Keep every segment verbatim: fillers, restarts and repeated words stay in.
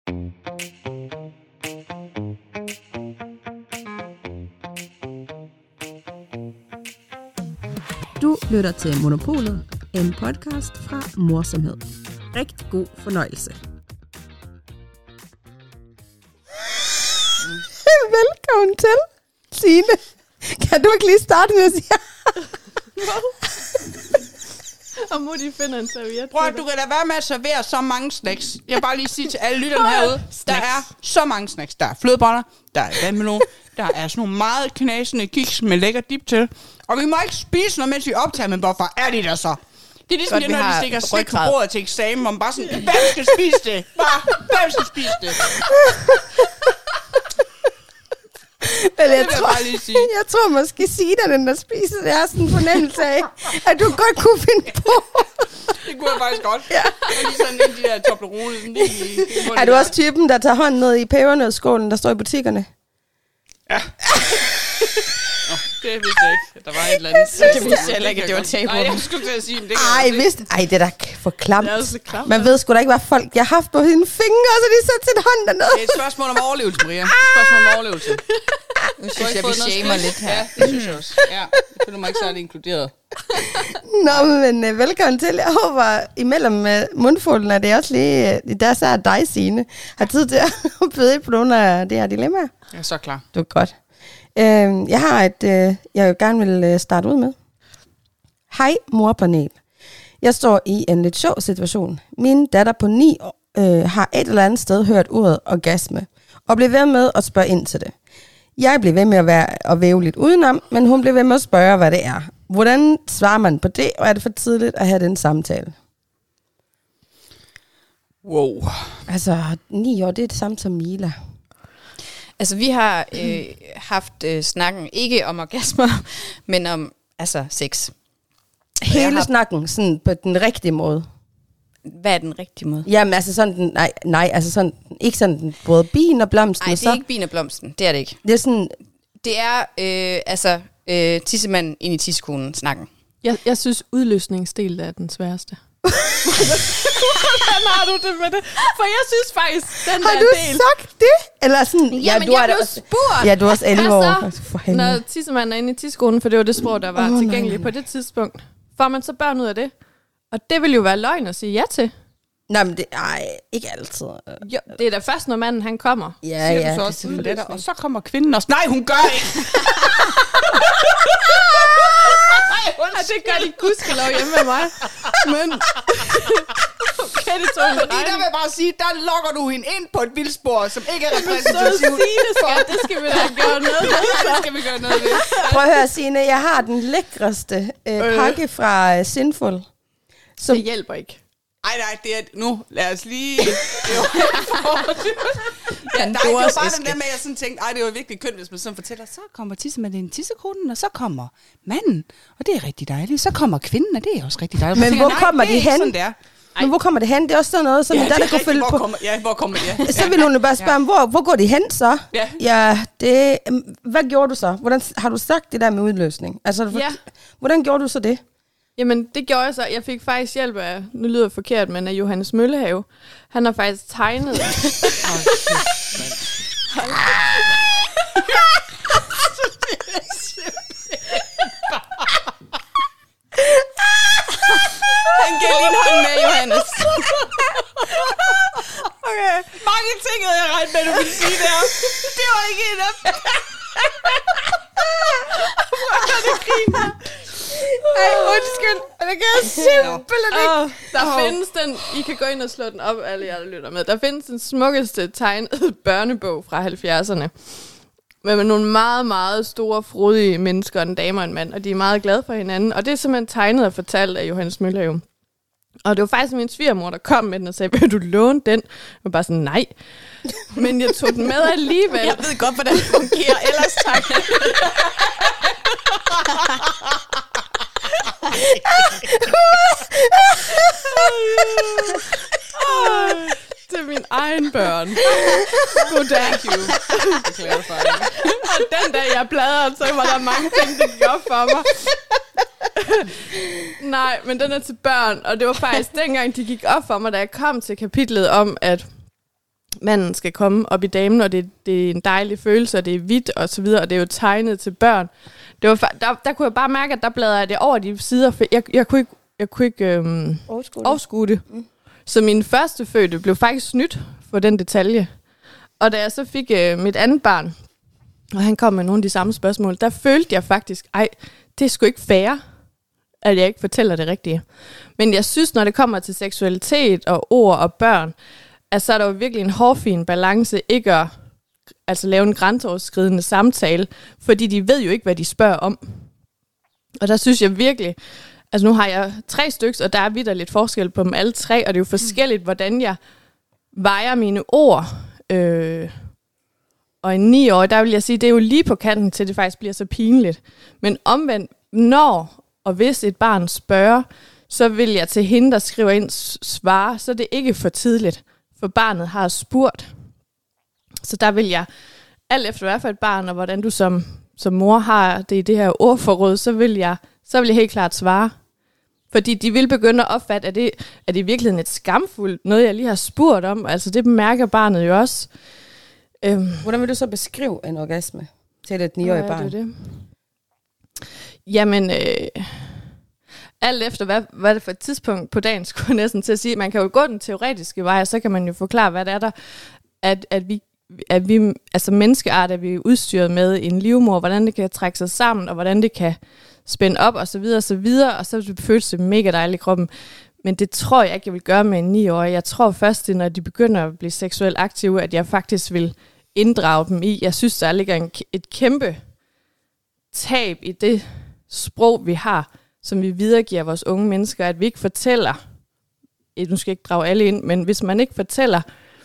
Du lytter til Monopolet, en podcast fra Morsomhed. Rigtig god fornøjelse. Velkommen til, Signe. Kan du ikke lige starte med at sige? Og Mutti finder en serviet. Prøv, du kan da være med at servere så mange snacks. Jeg vil bare lige sige til alle lytterne herude, der er så mange snacks. Der er flødeboller, der er vandmelon, der er sådan nogle meget knasende kiks med lækker dip til. Og vi må ikke spise noget, mens vi optager, men hvorfor er de der så? Det er ligesom Godt, det, når vi de har stikker slik på ryggrad. bordet til eksamen, hvor man bare sådan, hvem skal spise det? Bare, hvem skal spise det? Men jeg, vil jeg tror, bare lige sige. jeg tror måske Signe, den der spiser, det er sådan en fornemmelse af, at du godt kunne finde på. Det kunne jeg faktisk godt. Ja. Lige sådan en af de der Toblerone. Sådan lige i, i Er du også typen, der tager hånden ned i pebernødsskålen, der står i butikkerne? Ja. Nå, det vidste jeg ikke. Der var et eller andet. Det vidste jeg heller ikke, at det var tabu. Nej, jeg skulle til at sige, men det kan Ej, jeg også vidst. Ej, det er da for klamt. Det er også klamt. Man ved sgu da ikke, hvad folk jeg har haft på sine fingre, så de sætter sin hånd dernede. Det er et spørgsmål om overlevelse, Maria. Et spørgsmål om overlevelse. Nu synes jeg, vi shamer lidt her. Ja, det synes jeg også. Ja, jeg føler mig ikke særlig inkluderet. Nå, men uh, velkommen til. Jeg håber, imellem uh, mundfulden, at det også lige, uh, der så er dig, Signe, har tid til at byde ind på nogle af de her dilemmaer. Jeg er så klar. Du er godt. Uh, jeg har et, uh, jeg gerne vil uh, starte ud med. Hej, morpanel. Jeg står i en lidt sjov situation. Min datter på ni år uh, har et eller andet sted hørt ordet orgasme, og blev ved med at spørge ind til det. Jeg blev ved med at, være, at væve lidt udenom, men hun blev ved med at spørge, hvad det er. Hvordan svarer man på det, og er det for tidligt at have den samtale? Wow. Altså, ni år, det er det samme som Mila. Altså, vi har øh, haft øh, snakken ikke om orgasmer, men om altså sex. Hele har... snakken, sådan på den rigtige måde. Hvad er den rigtige måde? Jamen, altså sådan, den, nej, nej, altså sådan, ikke sådan den, både bien og blomsten. Nej, og det er så, ikke bin og blomsten. Det er det ikke. det er sådan, Det er, øh, altså, øh, tissemanden ind i tissekonen snakken. Jeg, jeg synes, udløsningsdelen er den sværeste. Hvordan har du det med det? For jeg synes faktisk, den har der du del... sagt det? Eller sådan, Jamen, du jeg er blev da- spurgt. Ja, du er også elleve år. Altså, Altså, for helvede. Når tissemanden er inde i tissekonen, for det var det sprog, der var Åh, oh, nej, tilgængeligt nej. på det tidspunkt. Får man så børn ud af det? Og det vil jo være løgn at sige ja til. Nej, men det, ej, ikke altid. Jo, det er da først, når manden han kommer. Ja, Siger ja. du så det er også til din selvfølgelig datter, og så kommer kvinden også. Nej, hun gør ikke. Og det gør de gudskelov hjemme med mig. Men okay, det tog en Fordi der drejning. vil jeg bare sige, der lokker du hende ind på et vildspor, som ikke er Så repræsentativt. Signe, skat, det skal vi da gøre noget med. Det skal vi gøre noget ved. Prøv at høre, Signe, jeg har den lækreste øh, Øh. pakke fra øh, Sinful. Som, Det hjælper ikke. Ej, nej, det er... Nu, lad os lige... Det er jo, ja, nej, det er jo Pandoras bare æske. den der med, at jeg sådan tænkte, ej, det er jo virkelig kønt, hvis man sådan fortæller, så kommer tissemanden ind i tissekonen, og så kommer manden, og det er rigtig dejligt. Så kommer kvinden, og det er også rigtig dejligt. Men Jeg tænker, hvor nej, kommer det er de ikke hen? Sådan, det er. men hvor kommer det hen? Det er også sådan noget, som Ja, ja, der, det der er kunne rigtigt, følge hvor på. kommer, ja, hvor kommer det? Ja. Så vil hun jo bare spørge, ja. hvor, hvor går de hen så? Ja. ja det, øhm, hvad gjorde du så? Hvordan har du sagt det der med udløsning? Altså, Ja. hvordan gjorde du så det? Jamen, det gjorde jeg så. Jeg fik faktisk hjælp af, nu lyder det forkert, men af Johannes Møllehave. Han har faktisk tegnet. Han gav lige en hånd med, Johannes. Okay. Mange ting havde jeg regnet med, du ville sige der. Det var ikke en af dem. Ej, undskyld. Det kan jeg simpelthen ikke. Oh, der oh. findes den, I kan gå ind og slå den op, alle jer, der lytter med. Der findes den smukkeste tegnede børnebog fra halvfjerdserne. Med nogle meget, meget store, frodige mennesker, en dame og en mand, og de er meget glade for hinanden. Og det er simpelthen tegnet og fortalt af Johannes Møllehave. Og det var faktisk min svigermor, der kom med den og sagde, vil du låne den? Jeg var bare sådan, nej. Men jeg tog den med alligevel. Jeg ved godt, hvordan det fungerer. Ellers tak. Til mine egen børn. Goddag. Thank you. Beklager dig for det. Og den dag jeg bladrede, så var der mange ting, der gik op for mig. Nej, men den er til børn. Og det var faktisk dengang, de gik op for mig, da jeg kom til kapitlet om, at manden skal komme op i damen, og det, det er en dejlig følelse, og det er hvidt og så videre, og det er jo tegnet til børn. Det var, der, der kunne jeg bare mærke, at der bladrede det over de sider, for jeg, jeg kunne ikke, jeg kunne ikke øhm, overskue det. Mm. Så min første fødte blev faktisk snydt for den detalje. Og da jeg så fik øh, mit andet barn, og han kom med nogle af de samme spørgsmål, der følte jeg faktisk, ej, det er sgu ikke fair, at jeg ikke fortæller det rigtige. Men jeg synes, når det kommer til seksualitet og ord og børn, at så er der jo virkelig en hårfin balance ikke at altså, lave en grænseoverskridende samtale, fordi de ved jo ikke, hvad de spørger om. Og der synes jeg virkelig, altså nu har jeg tre stykker, og der er vidt lidt forskel på dem alle tre, og det er jo forskelligt, hvordan jeg vejer mine ord. Øh, og en ni år, der vil jeg sige, det er jo lige på kanten til, det faktisk bliver så pinligt. Men omvendt, når og hvis et barn spørger, så vil jeg til hende, der skriver ind, svare, så det er ikke for tidligt, for barnet har spurgt. Så der vil jeg, alt efter hvad for et barn, og hvordan du som, som mor har det i det her ordforråd, så vil jeg, så vil jeg helt klart svare. Fordi de vil begynde at opfatte, at det, at det i virkeligheden et skamfuldt, noget jeg lige har spurgt om. Altså det bemærker barnet jo også. Øhm. Hvordan vil du så beskrive en orgasme til et niårigt barn? Det det? Jamen, øh, alt efter hvad, hvad det for et tidspunkt på dagen skulle næsten til at sige. Man kan jo gå den teoretiske vej, og så kan man jo forklare, hvad det er der, at, at vi at vi, altså menneskeart, er vi udstyret med en livmor, hvordan det kan trække sig sammen, og hvordan det kan spænde op, og så videre, og så videre, og så føles det mega dejligt i kroppen. Men det tror jeg ikke, jeg vil gøre med en ni-årig. Jeg tror først, det når de begynder at blive seksuelt aktive, at jeg faktisk vil inddrage dem i. Jeg synes, der ligger en, et kæmpe tab i det sprog, vi har, som vi videregiver vores unge mennesker, at vi ikke fortæller, nu skal jeg ikke drage alle ind, men hvis man ikke fortæller,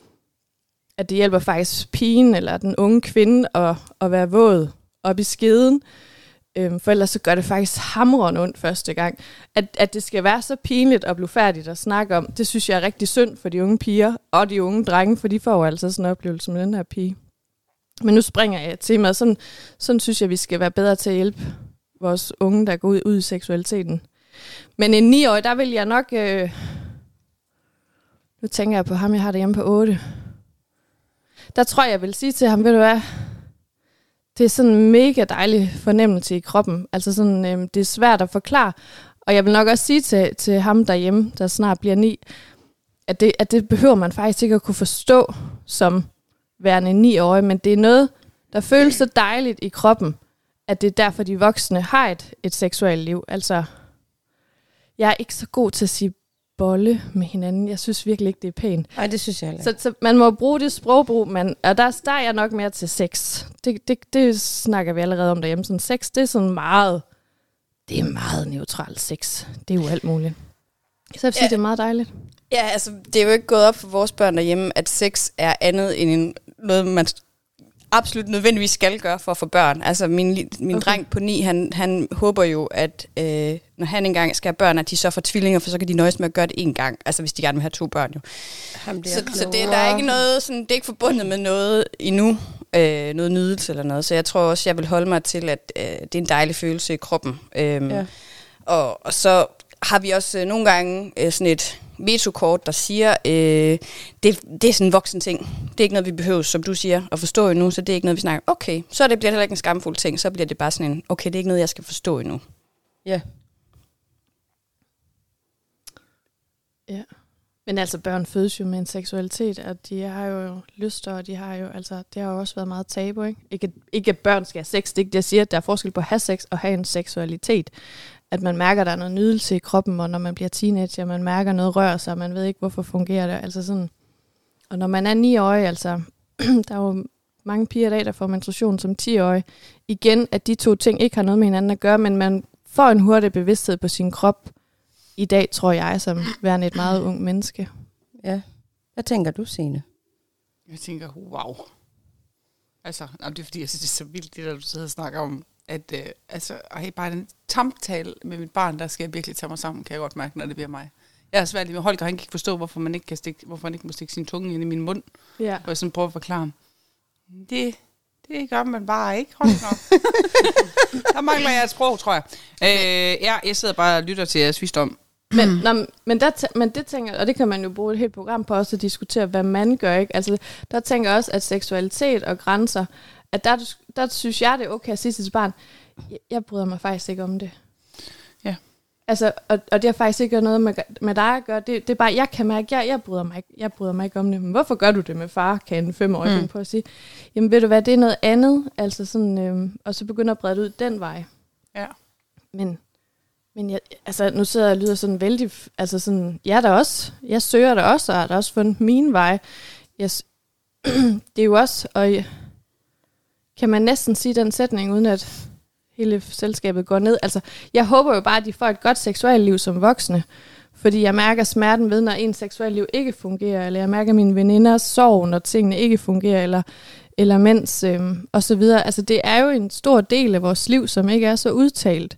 at det hjælper faktisk pigen eller den unge kvinde at, at være våd op i skeden, øhm, for ellers så gør det faktisk hamrende ondt første gang. At, at det skal være så pinligt og blufærdigt at snakke om, det synes jeg er rigtig synd for de unge piger og de unge drenge, for de får jo altså sådan en oplevelse med den her pige. Men nu springer jeg til mig, sådan, sådan synes jeg, vi skal være bedre til at hjælpe vores unge, der går ud, ud i seksualiteten. Men en ni-årig, der vil jeg nok, øh, nu tænker jeg på ham, jeg har derhjemme på otte, der tror jeg, jeg vil sige til ham, ved du hvad, det er sådan en mega dejlig fornemmelse i kroppen. Altså sådan, øh, det er svært at forklare. Og jeg vil nok også sige til, til ham derhjemme, der snart bliver ni, at det, at det behøver man faktisk ikke at kunne forstå som værende ni-årig, men det er noget, der føles så dejligt i kroppen, at det er derfor, de voksne har et, et seksuelt liv. Altså, jeg er ikke så god til at sige bolle med hinanden. Jeg synes virkelig ikke, det er pænt. Nej, det synes jeg heller. Så, så man må bruge det sprogbrug, man, og der, der er jeg nok mere til sex. Det, det, det snakker vi allerede om derhjemme. Sådan sex, det er sådan meget, det er meget neutralt sex. Det er jo alt muligt. Så jeg vil sige, ja. Det er meget dejligt. Ja, altså, det er jo ikke gået op for vores børn derhjemme, at sex er andet end en, noget, man absolut nødvendigvis skal gøre for at få børn. Altså, min, min okay. dreng på ni, han, han håber jo, at øh, når han engang skal have børn, at de så får tvillinger, for så kan de nøjes med at gøre det en gang. Altså, hvis de gerne vil have to børn, jo. Så, så det, der er ikke noget, sådan, det er ikke forbundet med noget endnu, øh, noget nydelse eller noget. Så jeg tror også, jeg vil holde mig til, at øh, det er en dejlig følelse i kroppen. Øhm, ja. og, og så har vi også øh, nogle gange øh, sådan et vetokort, der siger, øh, det, det er sådan en voksen ting. Det er ikke noget, vi behøver, som du siger, at forstå endnu, så det er ikke noget, vi snakker. Okay, så det bliver det heller ikke en skamfuld ting, så bliver det bare sådan en, okay, det er ikke noget, jeg skal forstå endnu. Ja. Ja. Men altså, børn fødes jo med en seksualitet, og de har jo lyster, og de har jo, altså, det har jo også været meget tabu, ikke? Ikke, ikke at børn skal have sex, det er ikke det, jeg siger, at der er forskel på at have sex og have en seksualitet. At man mærker, at der er noget nydelse i kroppen, og når man bliver teenager, man mærker noget rører sig, og man ved ikke, hvorfor fungerer det. Altså sådan. Og når man er ni-årig, altså, der er jo mange piger i dag, der får menstruation som ti-årig. Igen, at de to ting ikke har noget med hinanden at gøre, men man får en hurtig bevidsthed på sin krop i dag, tror jeg, som værende et meget ung menneske. Ja. Hvad tænker du, Signe? Jeg tænker, wow. Altså, det er fordi, jeg synes, det er så vildt, det der du sidder og snakker om, at øh, altså, ej, bare en samtale med mit barn, der skal jeg virkelig tage mig sammen, kan jeg godt mærke, når det bliver mig. Jeg er svært lige med Holger, han kan ikke forstå, hvorfor man ikke kan stikke, hvorfor han ikke må stikke sin tunge ind i min mund, ja. Og jeg sådan prøver at forklare ham. Det, det gør man bare ikke, Holger. Der mangler jeg et sprog, tror jeg. Øh, ja, jeg sidder bare og lytter til jeres visdom. Men, mm. nå, men, der tæ- men det tænker, og det kan man jo bruge et helt program på også at diskutere, hvad man gør, ikke? Altså, der tænker jeg også, at seksualitet og grænser, at der, der synes jeg, det er okay at sige til sit barn, jeg, jeg bryder mig faktisk ikke om det. Ja. Altså, og, og det har faktisk ikke noget med, med dig at gøre. Det, det er bare, jeg kan mærke, jeg, jeg, bryder mig ikke, jeg bryder mig ikke om det. Men hvorfor gør du det med far, kan en femårig mm. på at sige? Jamen ved du hvad, det er noget andet. Altså sådan, øhm, og så begynder at brede det ud den vej. Ja. Men, men jeg, altså, nu sidder jeg og lyder sådan vældig, altså sådan, jeg er der også, jeg søger der også, og har der også fundet min vej. Jeg, det er jo også, og jeg, kan man næsten sige den sætning, uden at hele selskabet går ned. Altså, jeg håber jo bare, at de får et godt seksualliv som voksne, fordi jeg mærker smerten ved, når ens seksualliv ikke fungerer, eller jeg mærker mine veninders sorg, når tingene ikke fungerer, eller, eller mens, øhm, og så videre. Altså, det er jo en stor del af vores liv, som ikke er så udtalt.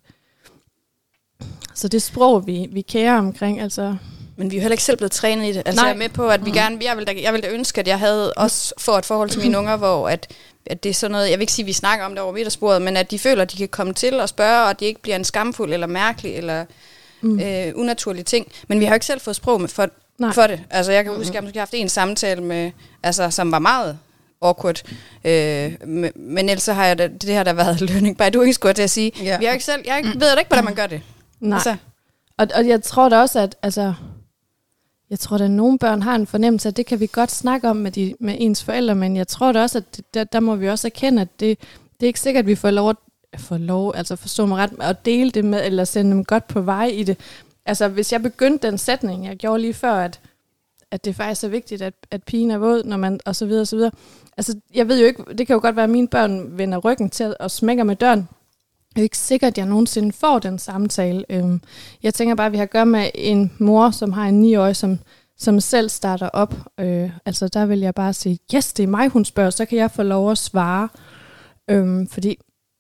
Så det sprog, vi, vi kærer omkring, altså... Men vi er jo heller ikke selv blevet trænet i det. Altså, Nej. jeg er med på, at vi gerne... Jeg ville, da, jeg ville da ønske, at jeg havde også fået et forhold til mine unger, hvor at, at det er sådan noget... Jeg vil ikke sige, at vi snakker om det over middagsbordet, men at de føler, at de kan komme til og spørge, og at det ikke bliver en skamfuld eller mærkelig eller mm. øh, unaturlig ting. Men vi har jo ikke selv fået sprog med for, for det. Altså, jeg kan huske, at jeg måske har haft en samtale med... Altså, som var meget awkward. Øh, men ellers så har jeg... Det, det har der været learning by doing, skulle jeg til at sige. Ja. Vi har jo ikke selv... Jeg ved da ikke, hvordan man gør det. Nej. Altså. Og, og jeg tror da også, at... Altså Jeg tror, at nogle børn har en fornemmelse, at det kan vi godt snakke om med, de, med ens forældre, men jeg tror da også, at der, der må vi også erkende, at det, det er ikke sikkert, at vi får lov, at, får lov altså forstå mig ret, at dele det med, eller sende dem godt på vej i det. Altså, hvis jeg begyndte den sætning, jeg gjorde lige før, at, at det faktisk er vigtigt, at, at pigen er våd, når man, og så videre, og så videre. Altså, jeg ved jo ikke, det kan jo godt være, at mine børn vender ryggen til og smækker med døren. Det er jo ikke sikkert, at jeg nogensinde får den samtale. Jeg tænker bare, at vi har at gøre med en mor, som har en niårig, som som selv starter op. Øh, altså der vil jeg bare sige, yes, det er mig, hun spørger, så kan jeg få lov at svare. Øhm, fordi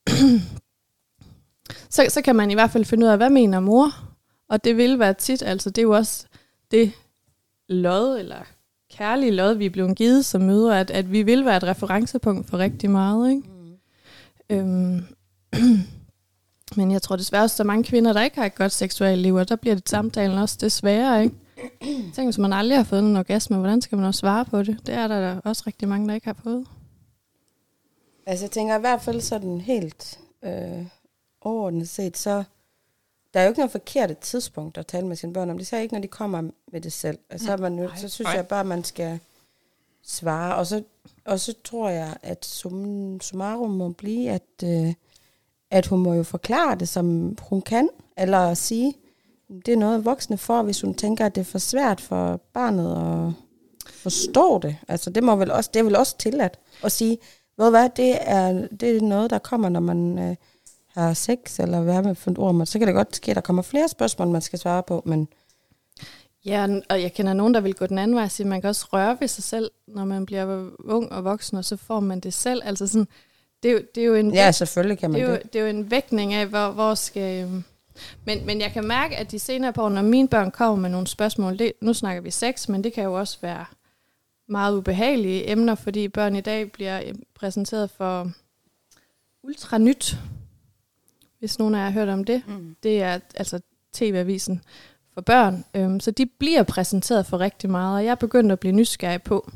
så, så kan man i hvert fald finde ud af, hvad mener mor? Og det vil være tit, altså det er jo også det lod, eller kærlige lod, vi er blevet givet som mødre, at, at vi vil være et referencepunkt for rigtig meget. Ikke? Mm. Øhm, men jeg tror desværre også, der er mange kvinder, der ikke har et godt seksuelt liv, og der bliver det samtalen også desværre, ikke? Tænk, hvis man aldrig har fået en orgasme, hvordan skal man også svare på det? Det er der, der også rigtig mange, der ikke har fået. Altså jeg tænker i hvert fald sådan helt øh, overordnet set, så der er jo ikke noget forkert tidspunkt at tale med sine børn om. Det er ikke, når de kommer med det selv. Altså, ja, man, så synes jeg bare, at man skal svare. Og så, og så tror jeg, at sum, summarum må blive, at, øh, at hun må jo forklare det, som hun kan, eller sige, det er noget, voksne får, hvis hun tænker, at det er for svært for barnet at forstå det. Altså, det, må vel også, det er vel også tilladt at sige, ved hvad, det er, det er noget, der kommer, når man øh, har sex, eller hvad med fundet ord. Men så kan det godt ske, at der kommer flere spørgsmål, man skal svare på, men... Ja, og jeg kender nogen, der vil gå den anden vej og sige, at man kan også røre ved sig selv, når man bliver ung og voksen, og så får man det selv. Altså sådan, det er jo, det er jo en... Ja, selvfølgelig kan man det. Er det. Jo, det er jo en vægtning af, hvor, hvor skal... Men, men jeg kan mærke, at de senere på, når mine børn kommer med nogle spørgsmål, det, nu snakker vi sex, men det kan jo også være meget ubehagelige emner, fordi børn i dag bliver præsenteret for ultranyt, hvis nogen af jer har hørt om det. Mm. Det er altså T V-avisen for børn. Øhm, så de bliver præsenteret for rigtig meget, og jeg er begyndt at blive nysgerrig på,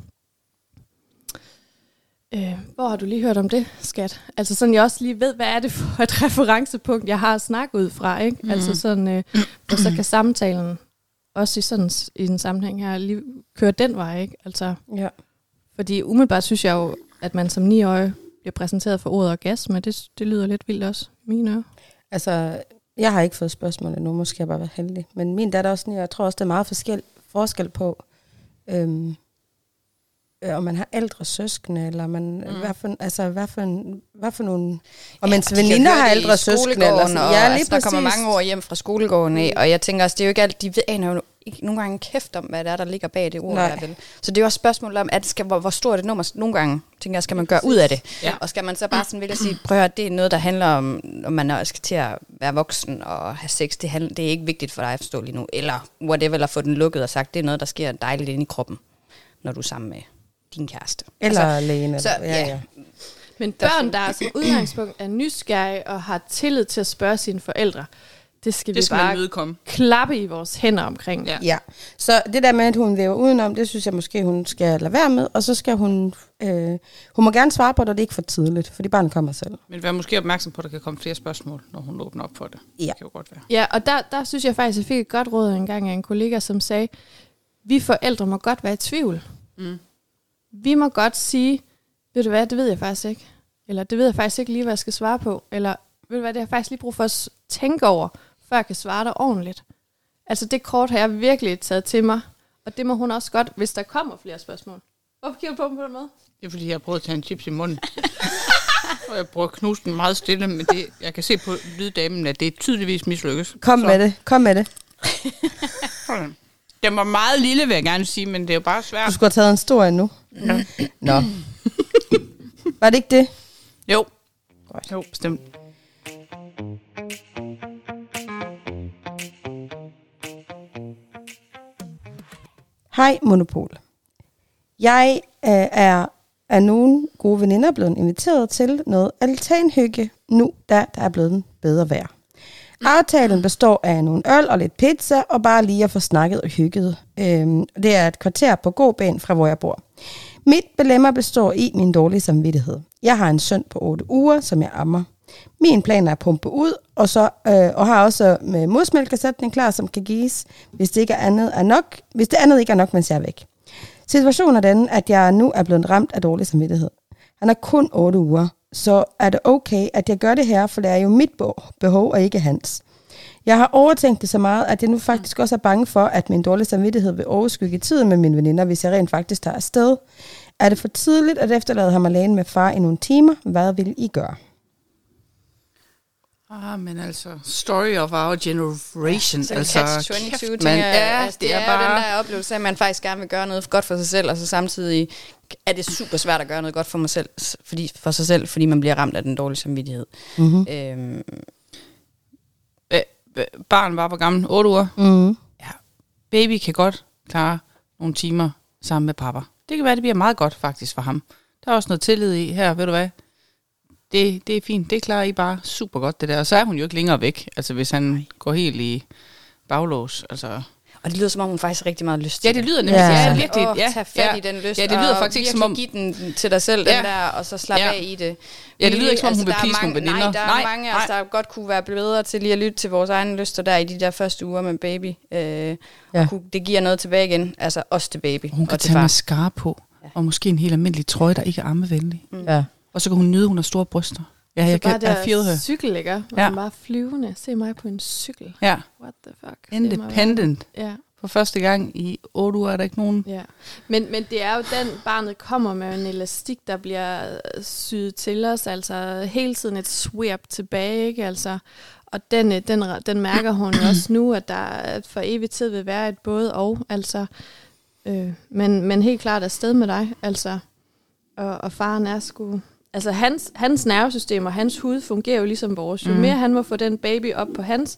Øh, hvor har du lige hørt om det, skat? Altså sådan, jeg også lige ved, hvad er det for et referencepunkt, jeg har snakket ud fra, ikke? Mm. Altså sådan, øh, og så kan samtalen også i sådan i en sammenhæng her lige køre den vej, ikke? Altså, ja. Fordi umiddelbart synes jeg jo, at man som niårig bliver præsenteret for ordet orgasme, det, det lyder lidt vildt også, mine ører. Altså, jeg har ikke fået spørgsmål endnu, måske jeg bare været heldig. Men min datter også, jeg tror også, der er meget forskel, forskel på, øhm, øh, om man har ældre søskende, eller man, mm. hvad, for, altså, hvad, for en, hvad for nogle... Og ja, mens veninder har ældre søskende. Eller sådan. Og, ja, lige altså, der kommer mange år hjem fra skolegården af, og jeg tænker også, det er jo ikke alt, de ved, aner jo ikke nogle gange kæft om, hvad det er, der ligger bag det ord, der vel. Så det er jo også spørgsmål om, at skal, hvor, hvor stort et nummer nogle gange, tænker jeg, skal man gøre ud af det. Ja. Og skal man så bare sådan vælge at sige, prøv at høre, det er noget, der handler om, om man skal til at være voksen og have sex, det, handler, det er ikke vigtigt for dig at forstå lige nu. Eller whatever, eller få den lukket og sagt, det er noget, der sker dejligt inde i kroppen, når du er sammen med din kæreste. Eller altså, alene. Så, ja, ja. Men børn, der som udgangspunkt er nysgerrige og har tillid til at spørge sine forældre, det skal Det vi skal man bare imødekomme. klappe i vores hænder omkring. Ja. Ja, så det der med, at hun væver udenom, det synes jeg måske, hun skal lade være med, og så skal hun, øh, hun må gerne svare på det, og det er ikke for tidligt, fordi barnet kommer selv. Men vær måske opmærksom på, at der kan komme flere spørgsmål, når hun åbner op for det. Ja. Det kan jo godt være. Ja, og der, der synes jeg faktisk, at jeg fik et godt råd engang af en kollega, som sagde, vi forældre må godt være i tvivl. Mm. Vi må godt sige, ved du hvad, det ved jeg faktisk ikke. Eller det ved jeg faktisk ikke lige, hvad jeg skal svare på. Eller ved du hvad, det har jeg faktisk lige brug for at tænke over, før jeg kan svare dig ordentligt. Altså det kort har jeg virkelig taget til mig. Og det må hun også godt, hvis der kommer flere spørgsmål. Hvorfor kigger du på dem på den måde? Det er fordi, jeg har prøvet at tage en chips i munden. Og jeg prøver at knuse den meget stille, men det, jeg kan se på lyddamen, at det er tydeligvis mislykkes. Kom Så. med det, kom med det. Den var meget lille, vil jeg gerne sige, men det er jo bare svært. Du skulle have taget en stor endnu. Ja. Nå. Var det ikke det? Jo. Jo, bestemt. Hej Monopol. Jeg øh, er af nogle gode veninder blevet inviteret til noget altanhygge, nu da der er blevet bedre vejr. Aftalen består af nogle øl og lidt pizza, og bare lige at få snakket og hygget. Øhm, det er et kvarter på gåben fra, hvor jeg bor. Mit dilemma består i min dårlige samvittighed. Jeg har en søn på otte uger, som jeg ammer. Min plan er at pumpe ud, og, så, øh, og har også med modsmælkersætning klar, som kan gives, hvis det, ikke er andet er nok, hvis det andet ikke er nok, mens jeg er væk. Situationen er den, at jeg nu er blevet ramt af dårlig samvittighed. Han er kun otte uger, så er det okay, at jeg gør det her, for det er jo mit behov og ikke hans. Jeg har overtænkt det så meget, at jeg nu faktisk også er bange for, at min dårlige samvittighed vil overskygge tiden med mine veninder, hvis jeg rent faktisk tager afsted. Er det for tidligt at efterlade ham alene med far i nogle timer? Hvad vil I gøre? Ah, men altså, story of our generation. Så altså, catch tyve-to, kæft, tænker man. jeg. Ja, Altså, det er, er bare den der oplevelse af, at man faktisk gerne vil gøre noget godt for sig selv, og så samtidig er det super svært at gøre noget godt for, mig selv, fordi, for sig selv, fordi man bliver ramt af den dårlige samvittighed. Mm-hmm. Øhm. Barn var på gammel otte uger. Mm-hmm. Ja, baby kan godt klare nogle timer sammen med pappa. Det kan være, det bliver meget godt faktisk for ham. Der er også noget tillid i her, ved du hvad? Det, det er fint, det klarer I bare super godt det der. Og så er hun jo ikke længere væk, altså hvis han Nej. går helt i baglås. Altså. Og det lyder som om, hun faktisk rigtig meget lyst til Ja, det lyder nemlig. Ja. Ja, virkelig. Åh, Ja, tage fat ja. i den lyst, Ja, det lyder og faktisk ikke som om... give den til dig selv, Ja. den der, og så slappe Ja. af i det. Ja, det lyder ikke som om, hun vil der er please mange, nogle veninder. Nej, der er Nej, mange af os, nej. der godt kunne være bedre til lige at lytte til vores egne lyster der i de der første uger med baby. Øh, Ja. og kunne, det giver noget tilbage igen, altså os til baby. Hun kan og til tage far. mascara på, ja. og måske en helt almindelig trøje, der ikke er ammevenlig. Mm. Ja. Og så kan hun nyde, at hun har store bryster. Ja, jeg så bare kan jeg feel her. der cykel, ikke? Og Ja. ja. bare flyvende. Se mig på en cykel. Ja, What the fuck? independent. Ja. For første gang i otte uger er der ikke nogen... Ja, men, men det er jo den, barnet kommer med en elastik, der bliver syet til os, altså hele tiden et sweep tilbage, ikke? Altså, og den, den, den mærker hun jo også nu, at der at for evig tid vil være et både og, altså, øh, men, men helt klart afsted med dig, altså, og, og faren er sgu... Altså hans, hans nervesystem og hans hud fungerer jo ligesom vores. Jo mm. mere han må få den baby op på hans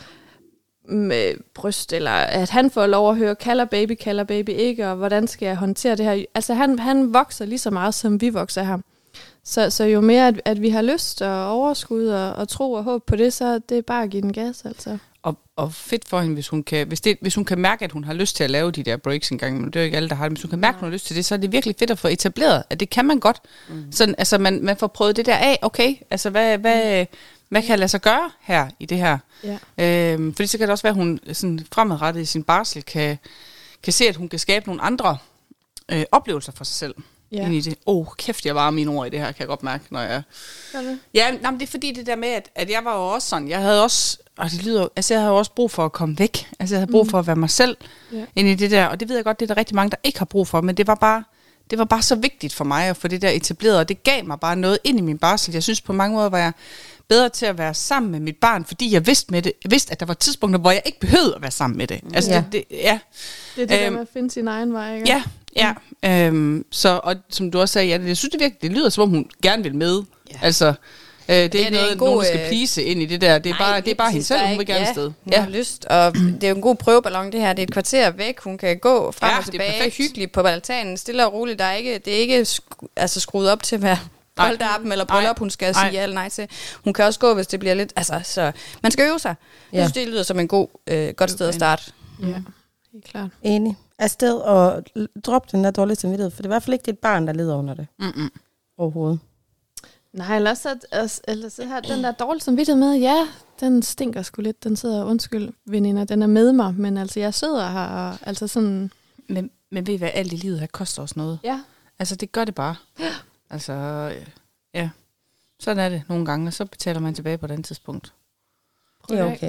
med bryst, eller at han får lov at høre, kalder baby, kalder baby ikke, og hvordan skal jeg håndtere det her? Altså han, han vokser lige så meget, som vi vokser her. Så, så jo mere, at, at vi har lyst og overskud og, og tro og håb på det, så det er bare at give den gas, altså. Og, og fedt for hende, hvis hun, kan, hvis, det, hvis hun kan mærke, at hun har lyst til at lave de der breaks en gang, men det er jo ikke alle, der har det, men hvis hun kan mærke, at hun har lyst til det, så er det virkelig fedt at få etableret, at det kan man godt. Mm. Sådan, altså man, man får prøvet det der af, okay, altså hvad, hvad, hvad kan jeg lade sig gøre her i det her? Ja. Øhm, fordi så kan det også være, at hun sådan fremadrettet i sin barsel kan, kan se, at hun kan skabe nogle andre øh, oplevelser for sig selv. Ja. Ind i det. Åh, oh, kæft, jeg var mine ord i det her, kan jeg godt mærke, når jeg... Det? Ja, nej, men det er fordi det der med, at, at jeg var jo også sådan, jeg havde også, og det lyder, altså jeg havde også brug for at komme væk, altså jeg havde brug for at være mig selv Ja. ind i det der, og det ved jeg godt, det er der rigtig mange, der ikke har brug for, men det var bare, det var bare så vigtigt for mig at få det der etableret, og det gav mig bare noget ind i min barsel. Jeg synes på mange måder var jeg bedre til at være sammen med mit barn, fordi jeg vidste, med det, vidste at der var tidspunkter, hvor jeg ikke behøvede at være sammen med det. Altså Ja. det, det, ja. Det er det der Øhm, med at finde sin egen vej, ikke? Ja, ja. Øhm, så, og som du også sagde, ja, jeg synes det virkelig, det lyder som om hun gerne vil med. Ja. Altså, øh, det er det ikke er noget, en god, nogen skal øh, please ind i det der. Det er Nej, bare, det er lige bare hende præcis, selv, der er hun vil ikke- gerne ja, afsted. Hun har lyst, og det er jo en god prøveballon det her. Det er et kvarter væk, hun kan gå frem Ja, og det er tilbage, perfekt. hyggeligt på altanen, stille og roligt. Der er ikke, det er ikke skru, altså skruet op til at være polterappen eller bryllup, hun skal sige ja eller nej til. Hun kan også gå, hvis det bliver lidt... Altså, så man skal øve sig. Ja. Jeg synes, det lyder som en god, øh, godt sted at starte. Ja, helt klart. Enig. Afsted og drop den der dårlige samvittighed, for det er i hvert fald ikke dit barn, der lider under det. Mm-mm. Overhovedet. Nej, eller så, eller så her, den der dårlige samvittighed med, ja, den stinker sgu lidt. Den sidder, undskyld, veninder, den er med mig, men altså, jeg sidder her, og, altså sådan... Men, men ved I hvad, alt i livet her koster os noget? Ja. Altså, det gør det bare. Ja. Altså, ja. Sådan er det nogle gange, og så betaler man tilbage på et andet tidspunkt. Det er okay.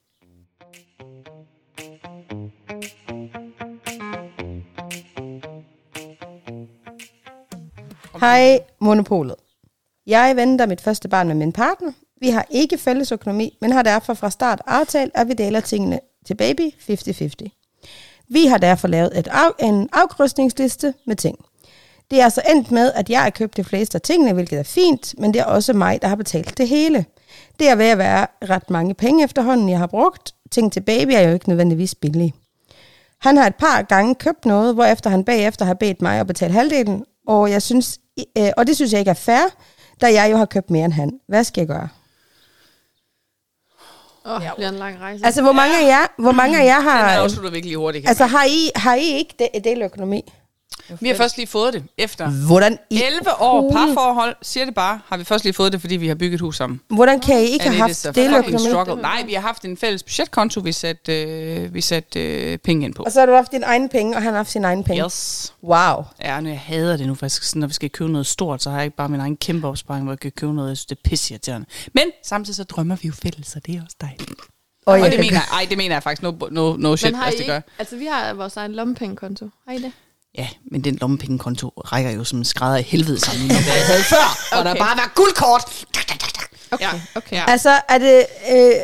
Hej, Monopolet. Jeg venter mit første barn med min partner. Vi har ikke fælles økonomi, men har derfor fra start aftalt, at vi deler tingene til baby halvtreds halvtreds. Vi har derfor lavet et af, en afkrydsningsliste med ting. Det er altså endt med, at jeg har købt de fleste af tingene, hvilket er fint, men det er også mig, der har betalt det hele. Det er ved at være ret mange penge efterhånden, jeg har brugt. Ting til baby er jo ikke nødvendigvis billige. Han har et par gange købt noget, hvorefter han bagefter har bedt mig at betale halvdelen, og, jeg synes, øh, og det synes jeg ikke er fair, da jeg jo har købt mere end han. Hvad skal jeg gøre? Åh, oh, det bliver en lang rejse. Altså, hvor mange af jer, hvor mange af jer har... Den afslutter virkelig hurtigt. Altså, har I, har I ikke de, deløkonomi? Vi har først lige fået det efter Hvordan I elleve år parforhold, siger det bare, har vi først lige fået det, fordi vi har bygget hus sammen. Hvordan kan I ikke And have haft deløkonomi? Nej, vi har haft en fælles budgetkonto, vi satte øh, vi sat, øh, penge ind på. Og så har du haft dine egne penge, og han har haft sine egne penge? Yes. Wow. Ja, nu jeg hader det nu, faktisk. Når vi skal købe noget stort, så har jeg ikke bare min egen kæmpe opsparing, hvor jeg kan købe noget, jeg synes, det er pisseirriterende. Men samtidig så drømmer vi jo fælles, så det er også dejligt. Og, og det, mener jeg, ej, det mener jeg faktisk, no, no, no shit, har I det ikke, gør. altså, vi har vores egen lommepengekonto. Har I det? Ja, men den lommepengekonto rækker jo som en skrædder i helvede sammen med, hvad jeg havde før. Okay. Og der bare var guldkort. Okay, ja. okay. Ja. Altså, er det... Øh...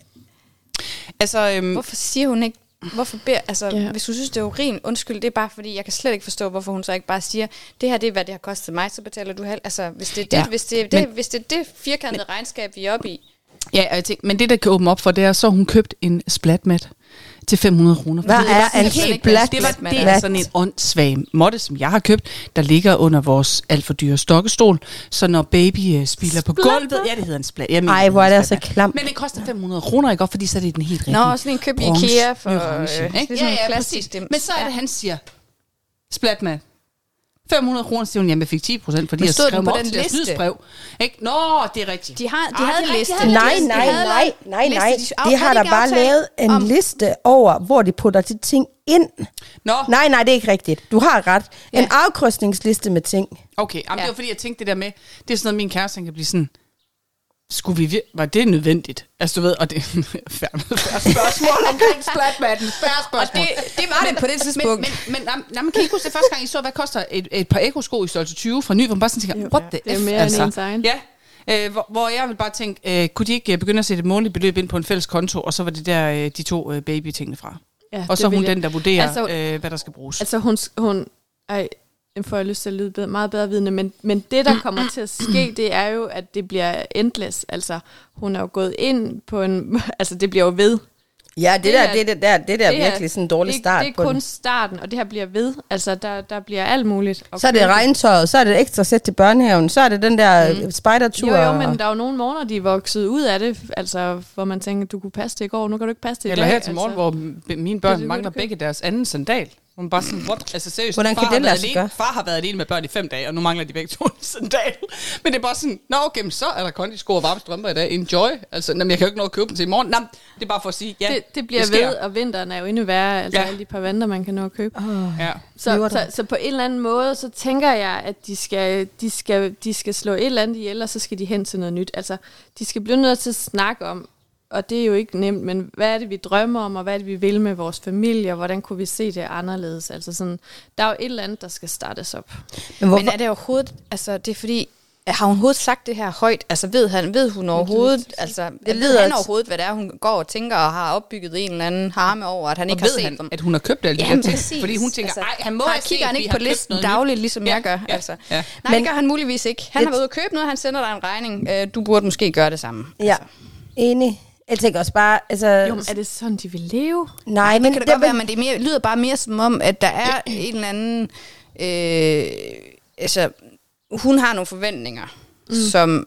Altså, øhm... Hvorfor siger hun ikke... Hvorfor beder... Altså, ja. hvis du synes, det er urin, undskyld, det er bare fordi, jeg kan slet ikke forstå, hvorfor hun så ikke bare siger, det her, det er, hvad det har kostet mig, så betaler du halv. Altså, hvis det er det, ja. hvis det, er men, det, hvis det, er det firkantede men, regnskab, vi er oppe i. Ja, og jeg tænker, men det, der kan åbne op for, det er, så hun købt en splatmat til fem hundrede kroner. Hvad er en helt blat? Det, var, det er sådan en åndssvag måtte, som jeg har købt, der ligger under vores alt for dyre stokkestol. Så når baby uh, spiller på gulvet... Ja, det hedder en splat. Jeg mener, ej, hvor er det altså klamt. Men det koster fem hundrede kroner, ikke? Fordi så er det den helt rigtige. Nå, sådan en køb i IKEA for... Orange, øh, ikke? Ja, ja, præcis. Men så er det, han siger, splatmat. fem hundrede kroner, siger hun, jamen jeg fik ti procent, fordi jeg skrev mig op til deres nyhedsbrev. Ikke? Nå, det er rigtigt. De, har, de ah, havde en liste. Nej, nej, nej, nej, nej. De har da bare lavet en om... liste over, hvor de putter de ting ind. Nå. Nej, nej, det er ikke rigtigt. Du har ret. En ja. afkrydsningsliste med ting. Okay, jamen, ja. Det var fordi, jeg tænkte det der med, det er sådan noget, min kæreste kan blive sådan, skulle vi vir- var det nødvendigt? Altså du ved, og det er færre spørgsmål omkring splatmatten. Færre spørgsmål. Og det, det var men, det på det tidspunkt. Men, men, men, men man kan ikke huske det første gang, I så, hvad koster et, et par ekosko i størrelse tyve fra ny, hvor man bare sådan tænker, what the det er F? mere Altså, end ens egen. Ja, øh, hvor, hvor jeg vil bare tænke, øh, kunne de ikke begynde at sætte et månedligt beløb ind på en fælles konto, og så var det der øh, de to øh, baby-tingene fra. Ja, og så hun den, der vurderer, altså, øh, hvad der skal bruges. Altså hun, hun ej, får jeg lyst til at lyde bedre, meget bedre vidende, men, men det, der kommer til at ske, det er jo, at det bliver endless. Altså, hun er jo gået ind på en... Altså, det bliver jo ved. Ja, det, det der, er, det, det der, det der er virkelig sådan en dårlig det, start det er på kun den. starten, og det her bliver ved. Altså, der, der bliver alt muligt. Så er det regntøjet, så er det ekstra sæt til børnehaven, så er det den der mm. spejdertur. Jo, jo, men der er jo nogle morgener, de er vokset ud af det, altså, hvor man tænker, du kunne passe det i går, nu kan du ikke passe det i Eller dag. her til morgen, altså. hvor mine børn mangler begge deres anden sandal. Hun bare sådan, what? Altså seriøst, hvordan kan det lade sig gøre? Far har været alene med børn i fem dage, og nu mangler de begge to en sandal. Men det er bare sådan, nå okay, så er der kondisko og varme strømper i dag. Enjoy. Altså, jamen, jeg kan jo ikke nå at købe dem til i morgen. Nå, det er bare for at sige, ja, det, det bliver det ved, og vinteren er jo endnu værre. Altså ja. Alle de par vanter, man kan nå at købe. Oh, ja. så, så, så på en eller anden måde, så tænker jeg, at de skal, de skal, de skal slå et eller andet ihjel, og så skal de hen til noget nyt. Altså, de skal blive nødt til at snakke om, og det er jo ikke nemt, men hvad er det, vi drømmer om, og hvad er det, vi vil med vores familie, og hvordan kunne vi se det anderledes? Altså sådan, der er jo et eller andet, der skal startes op. Men, men er det overhovedet, altså det er fordi, har hun overhovedet sagt det her højt? Altså ved, han, ved hun overhovedet, altså det ved han overhovedet, hvad det er, hun går og tænker, og har opbygget en eller anden harme over, at han ikke har set han, dem? At hun har købt alle de her ting? Fordi hun tænker, ej, han må have kigger han ikke på listen dagligt, ligesom ja, jeg gør. Ja, altså. ja. Nej, det gør han muligvis ikke. Han har været ude at købe noget, han sender dig en regning. Du burde måske gøre det samme. Ja, altså. Enig. Jeg tænker også bare, altså... Jo, er det sådan, de vil leve? Nej, men... men Det kan det, det godt være, men det mere, lyder bare mere som om, at der er en eller anden... Øh, altså... hun har nogle forventninger, mm. som,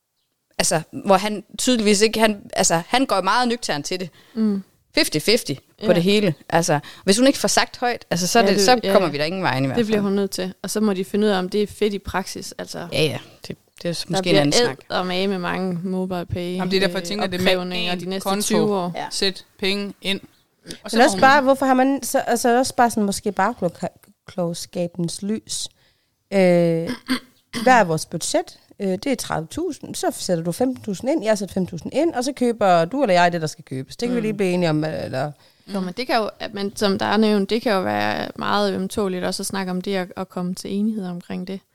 altså, hvor han tydeligvis ikke, han, altså, han går meget nøgtern til det. Mm. halvtreds halvtreds på ja. det hele. Altså, hvis hun ikke får sagt højt, altså, så, ja, det, det, så ja, kommer vi der ingen vej i hvert fald. Det bliver hun nødt til. Og så må de finde ud af, om det er fedt i praksis. Altså, ja, ja. Det, det er måske der en anden snak. Der bliver æd med mange mobile pay Jamen, det er derfor, jeg tænker, det er med en de næste konto, tyve år. Ja. Sæt penge ind. Og så Men også bare, hvorfor har man, så, altså også bare sådan måske bagklogskabens lys. Øh, hvad er vores budget? Øh, det er tredive tusind, så sætter du femten tusind ind, jeg sætter femten tusind ind, og så køber du eller jeg det, der skal købes. Det kan mm. vi lige blive enige om, eller... Jo, men det kan jo, men som der er nævnt, det kan jo være meget ømtåligt også at snakke om det at, at komme til enighed omkring det.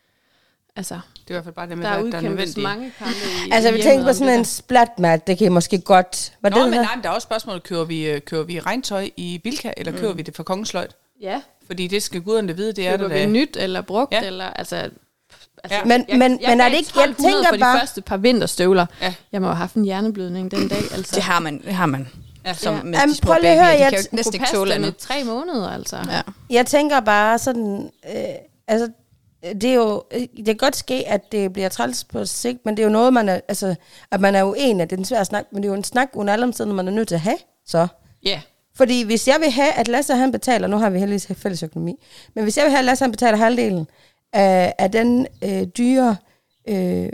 Altså, det er i hvert fald bare det med, der er der er nødvendigt. mange kampe i Altså, vi tænker på sådan en splatmat, det kan måske godt... Hvad Nå, det men her? nej, men der er også spørgsmålet, kører vi, kører vi regntøj i Bilka, eller kører mm. vi det fra Kongesløjt? Ja. Fordi det skal guderne vide, det er køber det vi nyt eller brugt, ja. eller altså... altså ja. Men, jeg, men, jeg men er det ikke... Jeg tænker for bare... de første par vinterstøvler. Ja. Jeg må have haft en hjerneblødning den dag, altså. Det har man, det har man. Ja, som ja. med Jamen, de små babyer, de jeg kan jo næsten ikke tåle andet. Med tre måneder, altså. Ja. Jeg tænker bare sådan... Øh, altså, det er jo... Det kan godt ske, at det bliver træls på sigt, men det er jo noget, man er... Altså, at man er uenig, at det er en svær snak, men det er jo en snak, under alle omstændigheder, man er nødt til at have, så... Ja. Yeah. Fordi hvis jeg vil have, at Lasse han betaler... Nu har vi heldigvis fælles økonomi. Men hvis jeg vil have, at Lasse han betaler halvdelen af, af den øh, dyre... Øh,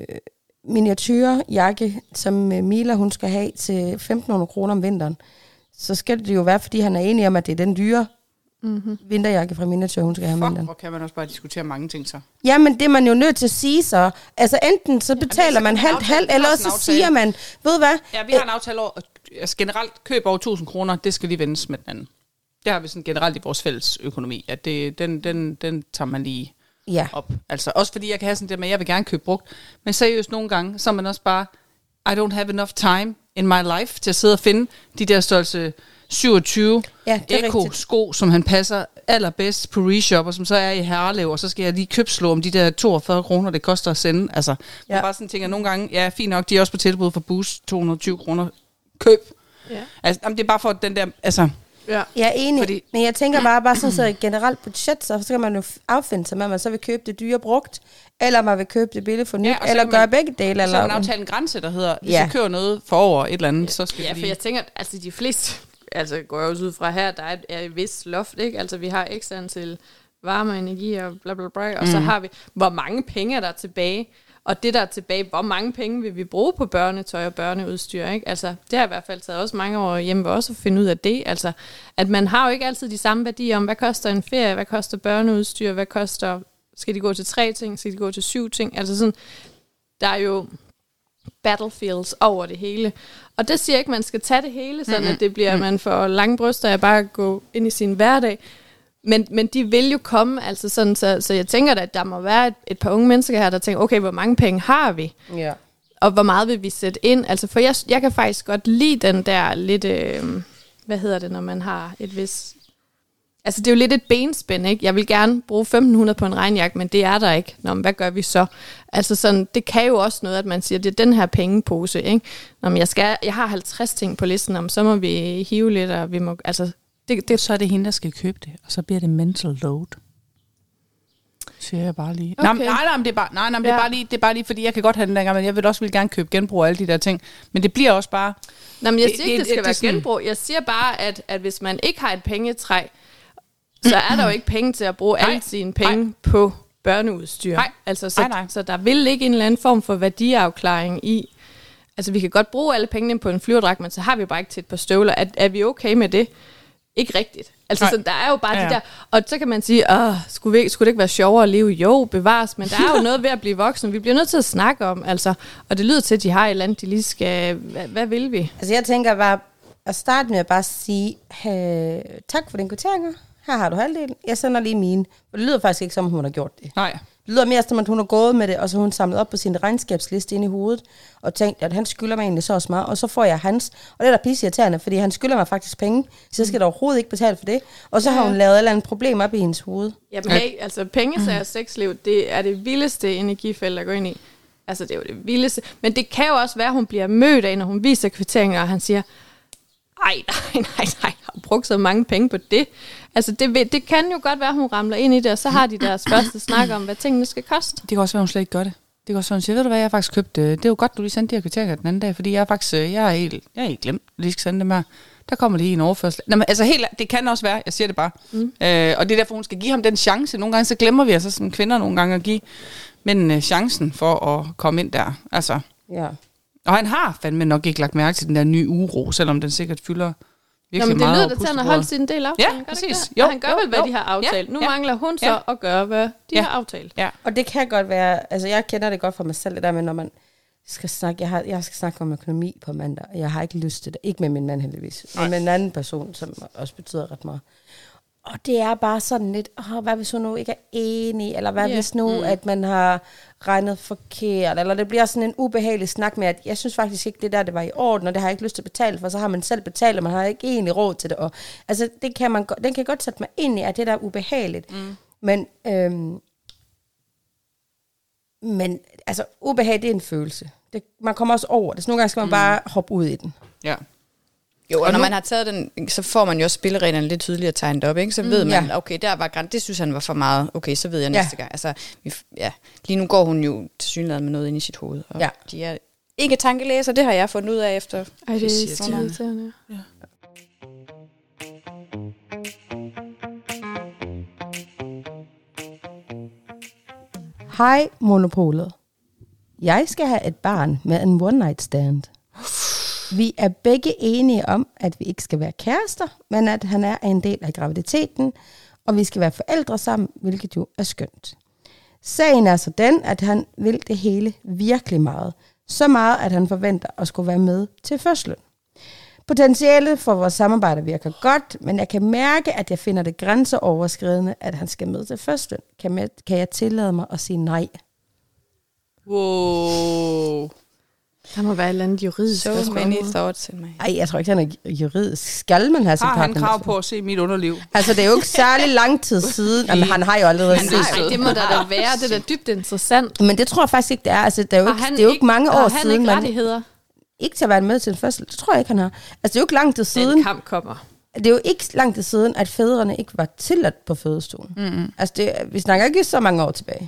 miniatyrjakke, som øh, Mila hun skal have til femten hundrede kroner om vinteren, så skal det jo være, fordi han er enig om, at det er den dyre mm-hmm. vinterjakke fra Miniatyr, hun skal have om vinteren. Hvor kan man også bare diskutere mange ting så? Jamen, det er man jo nødt til at sige så. Altså enten så betaler Jamen, så man halvt halvt, eller så siger man, ved du hvad? Ja, vi har en aftale over, altså generelt køb over tusind kroner, det skal lige vendes med den anden. Det har vi sådan generelt i vores fælles økonomi, at det, den, den, den tager man lige ja. op. Altså også fordi jeg kan have sådan det med, at jeg vil gerne købe brugt, men seriøst nogle gange, så er man også bare, I don't have enough time in my life til at sidde og finde de der størrelse syvogtyve ja, Eko-sko, som han passer allerbedst på Reshop, og som så er i Herlev, og så skal jeg lige købslå om de der toogfyrre kroner, det koster at sende. Altså, ja. Man bare sådan tænker nogle gange, ja, fint nok, de er også på tilbud for Boost, to hundrede og tyve kroner køb. Ja. Altså, jamen, det er bare for den der, altså... Ja. Jeg er enig, fordi, men jeg tænker bare, bare sådan så et generelt budget, så, så kan man jo affinde sig med, at man så vil købe det dyre brugt, eller man vil købe det billigt for nyt, ja, eller gøre man, begge dele. Så eller man aftale en grænse, der hedder, hvis ja. jeg kører noget for over et eller andet, ja. så skal ja, vi... Ja, for jeg tænker, altså de fleste, altså går jeg også ud fra her, der er et, er et vist loft, ikke? Altså vi har ekstra til varme, energi og bla bla bla, og mm. så har vi, hvor mange penge er der tilbage, og det der er tilbage, hvor mange penge vil vi bruge på børnetøj og børneudstyr, ikke? Altså, det har i hvert fald taget også mange år hjemme også at finde ud af det. Altså, at man har jo ikke altid de samme værdier om, hvad koster en ferie, hvad koster børneudstyr, hvad koster, skal de gå til tre ting, skal de gå til syv ting? Altså sådan, der er jo battlefields over det hele. Og det siger ikke, man skal tage det hele, sådan mm-hmm. at det bliver, man får lange bryster af bare at gå ind i sin hverdag. Men, men de vil jo komme, altså sådan, så, så jeg tænker da, at der må være et, et par unge mennesker her, der tænker, okay, hvor mange penge har vi? Ja. Og hvor meget vil vi sætte ind? Altså, for jeg, jeg kan faktisk godt lide den der lidt, øh, hvad hedder det, når man har et vis... Altså, det er jo lidt et benspænd, ikke? Jeg vil gerne bruge femten hundrede på en regnjakke, men det er der ikke. Nå, men hvad gør vi så? Altså, sådan, det kan jo også noget, at man siger, det er den her pengepose, ikke? Nå, men jeg, skal, jeg har halvtreds ting på listen, om så må vi hive lidt, og vi må... Altså, Det, det, så er det hende, der skal købe det, og så bliver det mental load. Siger jeg bare lige. Okay. Nej, nej, nej, det er bare, nej, nej, det er ja. bare lige, det er bare lige, fordi jeg kan godt have den dengang, men jeg vil også vil gerne købe genbrug og alle de der ting. Men det bliver også bare... Nå, men jeg siger ikke, det, det skal det, være det sådan, genbrug. Jeg siger bare, at, at hvis man ikke har et pengetræ, så er der jo ikke penge til at bruge nej. alle sine penge nej. på børneudstyr. Nej. Altså, så, nej, nej. så der vil ikke en eller anden form for værdiafklaring i... Altså, vi kan godt bruge alle pengene på en flyverdragt, men så har vi bare ikke til et par støvler. Er, er vi okay med det? Ikke rigtigt. Altså, så der er jo bare ja, ja. de der... Og så kan man sige, åh, skulle, vi, skulle det ikke være sjovere at leve? Jo, bevares. Men der er jo noget ved at blive voksen. Vi bliver nødt til at snakke om, altså... Og det lyder til, at de har et eller andet, de lige skal... Hvad, hvad vil vi? Altså, jeg tænker bare... At starte med at bare sige... Tak for den kvittering. Her har du halvdelen. Jeg sender lige mine. Og det lyder faktisk ikke, som hun har gjort det. Nej. Det lyder mere som, at hun har gået med det, og så hun samlet op på sin regnskabsliste inde i hovedet, og tænkt, at han skylder mig egentlig så også meget, og så får jeg hans. Og det er da pisseirriterende, fordi han skylder mig faktisk penge, så jeg skal da overhovedet ikke betale for det. Og så har hun lavet et eller andet problem op i hendes hoved. Jamen hey, altså pengesager og sexliv, det er det vildeste energifelt at gå ind i. Altså det er jo det vildeste. Men det kan jo også være, at hun bliver mødt af, når hun viser kvitteringer, og han siger, Nej, nej, nej, nej. Har brugt så mange penge på det. Altså, det, det kan jo godt være, at hun ramler ind i det, og så har de deres første snak om, hvad tingene skal koste. Det kan også være, hun slet ikke gør det. Det kan også være, hun siger, ved du hvad, jeg har faktisk købt, det er jo godt, du lige sendte de her kvitteringer den anden dag, fordi jeg er faktisk, jeg er helt, jeg er helt glemt, at lige skal sende dem her. Der kommer lige en overførsel. Nå, men altså helt, det kan også være, jeg siger det bare. Mm. Øh, og det er derfor, hun skal give ham den chance. Nogle gange så glemmer vi altså som kvinder nogle gange at give mændene chancen for at komme ind der. Altså. Ja. Og han har fandme nok ikke lagt mærke til den der nye uro, selvom den sikkert fylder virkelig meget. Nå, men det lyder da til, at han har holdt sin del aftale. Ja, præcis. Jo, og han gør jo, vel, hvad jo. de har aftalt. Ja, nu ja, mangler hun så ja. at gøre, hvad de ja. har aftalt. Ja. Og det kan godt være, altså jeg kender det godt for mig selv, det der med, når man skal snakke, jeg, har, jeg skal snakke om økonomi på mandag, og jeg har ikke lyst til det. Ikke med min mand heldigvis, men med en anden person, som også betyder ret meget. Og det er bare sådan lidt, åh, hvad hvis hun nu ikke er enig, eller hvad yeah. hvis nu, mm. at man har regnet forkert, eller det bliver sådan en ubehagelig snak med, at jeg synes faktisk ikke, det der, det var i orden, og det har jeg ikke lyst til at betale for, så har man selv betalt, og man har ikke egentlig råd til det. Og, altså, det kan man, den kan godt sætte mig ind i, at det der er ubehageligt. Mm. Men, øhm, men altså, ubehag, det er en følelse. Det, man kommer også over det, så nogle gange skal man mm. bare hoppe ud i den. Ja. Jo, og, og når nu, man har taget den, så får man jo også spillereglerne lidt tydeligere tegnet op, ikke? Så ved mm, man, ja. okay, der var græn, det synes han var for meget. Okay, så ved jeg næste ja. gang. Altså, vi, ja. Lige nu går hun jo til synligheden med noget ind i sit hoved. Og ja. de er ikke tankelæser, det har jeg fundet ud af efter. Ej, det er irriterende. Ja. Hej, Monopolet. Jeg skal have et barn med en one night stand. Vi er begge enige om, at vi ikke skal være kærester, men at han er en del af graviditeten, og vi skal være forældre sammen, hvilket jo er skønt. Sagen er så den, at han vil det hele virkelig meget. Så meget, at han forventer at skulle være med til fødslen. Potentialet for vores samarbejde virker godt, men jeg kan mærke, at jeg finder det grænseoverskridende, at han skal med til fødslen. Kan jeg, kan jeg tillade mig at sige nej? Wow. Der må være et eller andet juridisk. So many thoughts in my head. Ej, jeg tror ikke, han er juridisk. Skal man have sin partner? partner? Har han krav på at se mit underliv? Altså, det er jo ikke særlig lang tid siden. Jamen, han har jo allerede set det. Det må da da være. Det er da dybt interessant. Men det tror jeg faktisk ikke, det er. Altså, det er jo ikke, det er jo ikke mange år har siden. Har han ikke rettigheder? Man, ikke til at være med til en fødsel. Det tror jeg ikke, han har. Altså, det er jo ikke lang tid siden. Den kamp kommer. Det er jo ikke lang tid siden, at fædrene ikke var tilladt på fødestuen. Mm-hmm. Altså, det, vi snakker ikke så mange år tilbage.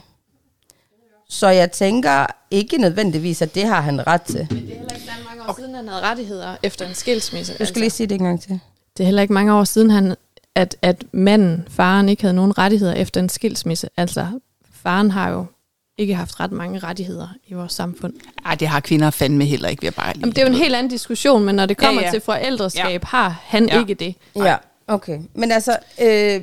Så jeg tænker ikke nødvendigvis, at det har han ret til. Men det er heller ikke mange år okay. siden, han havde rettigheder efter en skilsmisse. Du skal altså lige sige det en gang til. Det er heller ikke mange år siden, han, at, at manden, faren, ikke havde nogen rettigheder efter en skilsmisse. Altså, faren har jo ikke haft ret mange rettigheder i vores samfund. Ej, det har kvinder fandme heller ikke, vil jeg bare lige. Jamen, det er jo en helt anden diskussion, men når det kommer ja, ja. til forældreskab, ja. har han ja. ikke det. Ej. Ja, okay. Men altså... Øh,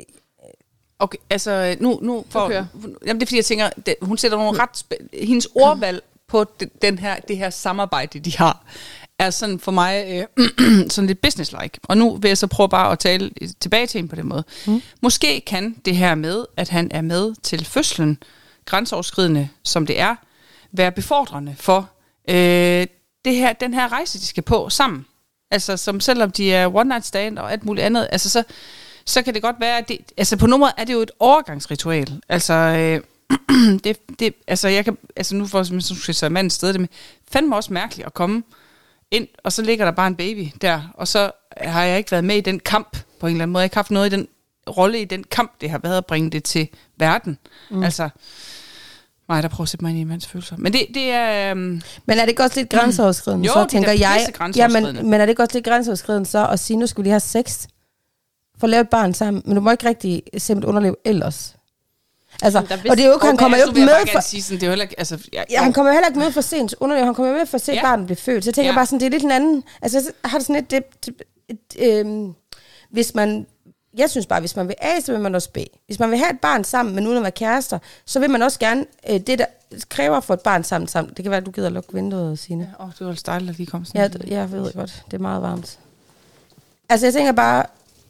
Okay, altså nu, nu for, jamen det er fordi jeg tænker, det, hun sætter nogle ret, spæ- hendes ordvalg på de, den her, det her samarbejde, de har, er sådan for mig øh, sådan lidt businesslike. Og nu vil jeg så prøve bare at tale tilbage til hende på den måde. Mm. Måske kan det her med, at han er med til fødslen, grænseoverskridende som det er, være befordrende for øh, det her, den her rejse, de skal på sammen. Altså som selvom de er one night stand og alt muligt andet, altså så så kan det godt være, at det, altså på nummeret er det jo et overgangsritual. Altså, øh, det, det, altså jeg kan, altså nu får jeg så så mandens sted, det med, fandme også mærkeligt at komme ind, og så ligger der bare en baby der, og så har jeg ikke været med i den kamp på en eller anden måde. Jeg har ikke haft noget i den rolle i den kamp, det har været at bringe det til verden. Mm. Altså, mig der prøver at sætte mig ind i mands følelser. Men det, det er... Um, men er det ikke også lidt grænseoverskridende? Jo, så det tænker er jeg, ja, men, men er det ikke også lidt grænseoverskridende så at sige, nu skulle de have sex? For at lave et barn sammen, men du må ikke rigtig se mit underliv ellers. Altså, og det er jo ikke, han kommer jo ikke med for... Sige sådan, det er jo heller ikke, altså, ja, ja, han kommer heller ikke med for sent til underliv, han kommer med for at se ja. barnet blive født. Så jeg tænker ja. bare sådan, det er lidt en anden... Altså, jeg har det sådan et... Det, et, et, øhm, hvis man... Jeg synes bare, hvis man vil A, så vil man også B. Hvis man vil have et barn sammen, men uden at være kærester, så vil man også gerne... Øh, det, der kræver for et barn sammen sammen. Det kan være, at du gider at lukke vinduet, Signe. Ja, åh, det var altså dejligt, at lige kom sådan. Ja, jeg ved godt. Det er meget varmt. Altså, jeg tænker bare...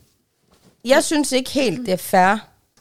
Jeg synes ikke helt, det er fair.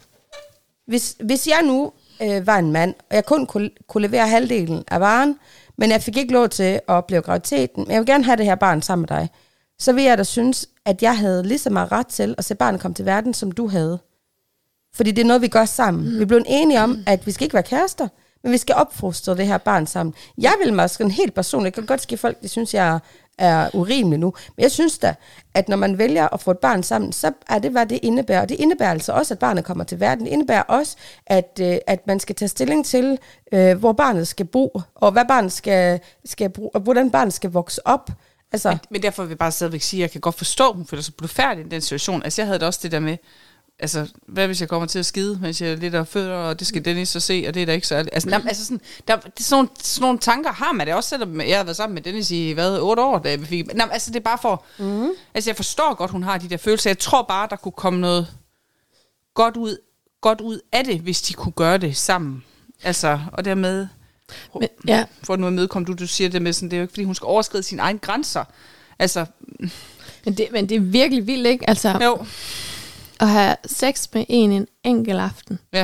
Hvis, hvis jeg nu øh, var en mand, og jeg kun kunne, kunne levere halvdelen af varen, men jeg fik ikke lov til at opleve graviditeten, men jeg vil gerne have det her barn sammen med dig, så vil jeg da synes, at jeg havde lige så meget ret til at se barnet komme til verden, som du havde. Fordi det er noget, vi gør sammen. Mm. Vi blev enige om, at vi skal ikke være kærester, men vi skal opfostre det her barn sammen. Jeg vil mig sådan helt personligt, jeg kan godt ske folk, de synes, jeg er urimeligt nu. Men jeg synes da, at når man vælger at få et barn sammen, så er det, hvad det indebærer. Og det indebærer altså også, at barnet kommer til verden. Det indebærer også, at, øh, at man skal tage stilling til, øh, hvor barnet skal bo, og hvad barnet skal, skal bruge, og hvordan barnet skal vokse op. Altså. Men, men derfor vil jeg bare stadigvæk sige, at jeg kan godt forstå, at hun føler sig blufærdig i den situation. Altså jeg havde det også det der med, altså, hvad hvis jeg kommer til at skide, mens jeg lidt og fødder, og det skal Dennis så se, og det er da ikke så... Altså, der, altså sådan, der, det er sådan, nogle, sådan nogle tanker har man det også, selvom jeg har været sammen med Dennis i, hvad, otte år, da vi fik... Nej, altså, det er bare for... Mm. Altså, jeg forstår godt, hun har de der følelser. Jeg tror bare, der kunne komme noget godt ud, godt ud af det, hvis de kunne gøre det sammen. Altså, og dermed... Men, ja. For nu at medkomme, du, du siger det med sådan, det er jo ikke, fordi hun skal overskride sine egne grænser. Altså... Men det, men det er virkelig vildt, ikke? Altså... Jo. At have sex med en en enkelt aften. Ja.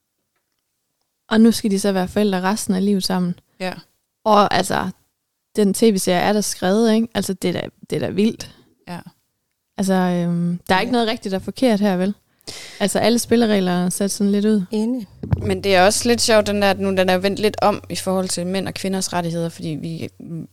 Og nu skal de så være forældre resten af livet sammen. Ja. Og altså, den tv-serie er der skrevet, ikke? Altså, det er da, det er da vildt. Ja. Altså, øhm, der er ikke ja. noget rigtigt, der er forkert her, vel? Altså, alle spilleregler er sat sådan lidt ud. Enig. Men det er også lidt sjovt, den der, at nu den er vendt lidt om i forhold til mænd og kvinders rettigheder, fordi vi...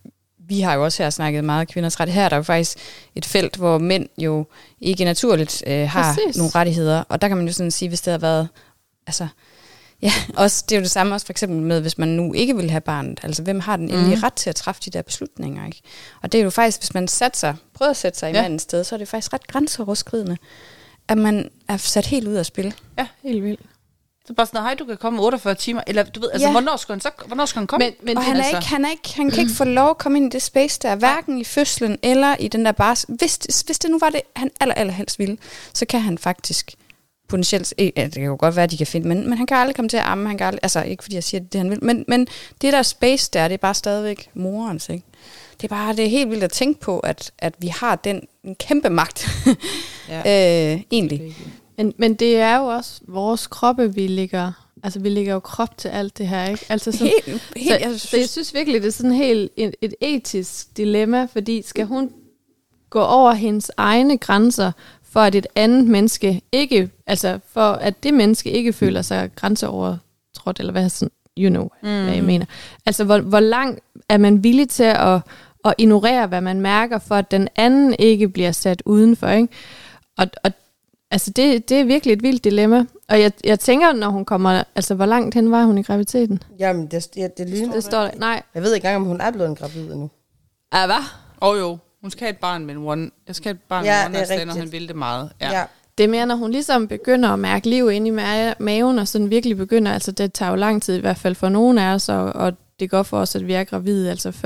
Vi har jo også her snakket meget kvinders rettigheder. Her er der jo faktisk et felt, hvor mænd jo ikke naturligt øh, har Præcis. nogle rettigheder. Og der kan man jo sådan sige, hvis det havde været... Altså, ja, også, det er jo det samme også for eksempel med, hvis man nu ikke vil have barnet. Altså, hvem har den endelig mm. ret til at træffe de der beslutninger, ikke? Og det er jo faktisk, hvis man sætter sig, prøver at sætte sig i ja. mandens sted, så er det faktisk ret grænseoverskridende, at man er sat helt ud af spil. Ja, helt vildt. Så bare sådan, hej, du kan komme otteogfyrre timer, eller du ved, altså, ja. hvornår skal han så, hvornår skal han komme? Men, men og han, er altså. ikke, han, er ikke, han kan ikke få lov at komme ind i det space der, hverken i fødslen eller i den der bars. Hvis, hvis det nu var det, han aller, aller helst ville, så kan han faktisk potentielt, ja, det kan jo godt være, at de kan finde, men, men han kan aldrig komme til at amme, han kan aldrig, altså ikke fordi jeg siger det, det han vil, men, men det der space der, det er bare stadigvæk morens, ikke? Det er bare, det er helt vildt at tænke på, at, at vi har den en kæmpe magt, ja. øh, egentlig. Men, men det er jo også vores kroppe, vi ligger... Altså, vi lægger jo krop til alt det her, ikke? Altså sådan, helt, helt, så, jeg synes, så jeg synes virkelig, det er sådan helt et, et etisk dilemma, fordi skal hun gå over hendes egne grænser, for at et andet menneske ikke... Altså, for at det menneske ikke føler sig grænseovertrådt, eller hvad sådan... You know, mm. hvad jeg mener. Altså, hvor, hvor langt er man villig til at, at ignorere, hvad man mærker, for at den anden ikke bliver sat udenfor, ikke? Og, og altså, det, det er virkelig et vildt dilemma. Og jeg, jeg tænker, når hun kommer... Altså, hvor langt hen var hun i graviditeten? Jamen, det, det, det lyner. Det står der. Nej. Jeg ved ikke engang, om hun er blevet en gravid endnu. Ah, hvad? Åh oh, jo, hun skal have et barn med en one... Jeg skal have et barn ja, med en one, og han vil det meget. Ja. ja. Det er mere, når hun ligesom begynder at mærke liv inde i ma- maven, og sådan virkelig begynder, altså det tager jo lang tid, i hvert fald for nogen af os, og, og det går for os, at vi er gravide, altså før,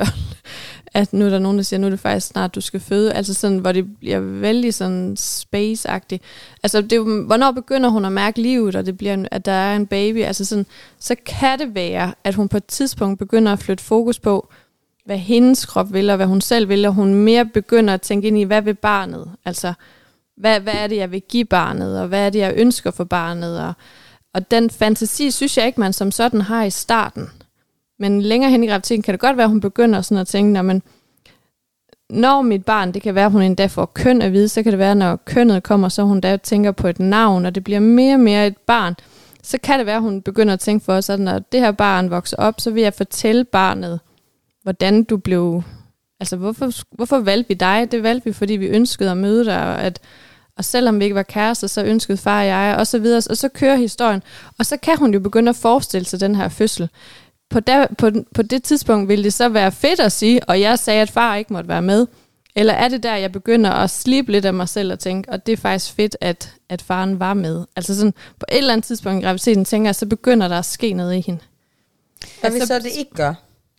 at nu er der nogen, der siger, nu er det faktisk snart, du skal føde, altså sådan, hvor det bliver vældig sådan space-agtigt. Altså, det er jo, hvornår begynder hun at mærke livet, og det bliver, at der er en baby, altså sådan, så kan det være, at hun på et tidspunkt begynder at flytte fokus på, hvad hendes krop vil, og hvad hun selv vil, og hun mere begynder at tænke ind i, hvad vil barnet, altså, Hvad, hvad er det, jeg vil give barnet, og hvad er det, jeg ønsker for barnet? Og, og den fantasi, synes jeg ikke, man som sådan har i starten. Men længere hen i graviditeten kan det godt være, at hun begynder sådan at tænke, men når mit barn, det kan være, at hun endda får køn at vide, så kan det være, når kønnet kommer, så hun da tænker på et navn, og det bliver mere og mere et barn. Så kan det være, at hun begynder at tænke for os, at når det her barn vokser op, så vil jeg fortælle barnet, hvordan du blev... Altså, hvorfor, hvorfor valgte vi dig? Det valgte vi, fordi vi ønskede at møde dig, og at og selvom vi ikke var kærester, så ønskede far og jeg, og så videre, og så kører historien. Og så kan hun jo begynde at forestille sig den her fødsel. På, der, på, på det tidspunkt ville det så være fedt at sige, og jeg sagde, at far ikke måtte være med. Eller er det der, jeg begynder at slippe lidt af mig selv og tænke, og det er faktisk fedt, at, at faren var med. Altså sådan, på et eller andet tidspunkt i graviditeten, tænker jeg, så begynder der at ske noget i hende. Hvad hvis så det ikke gør?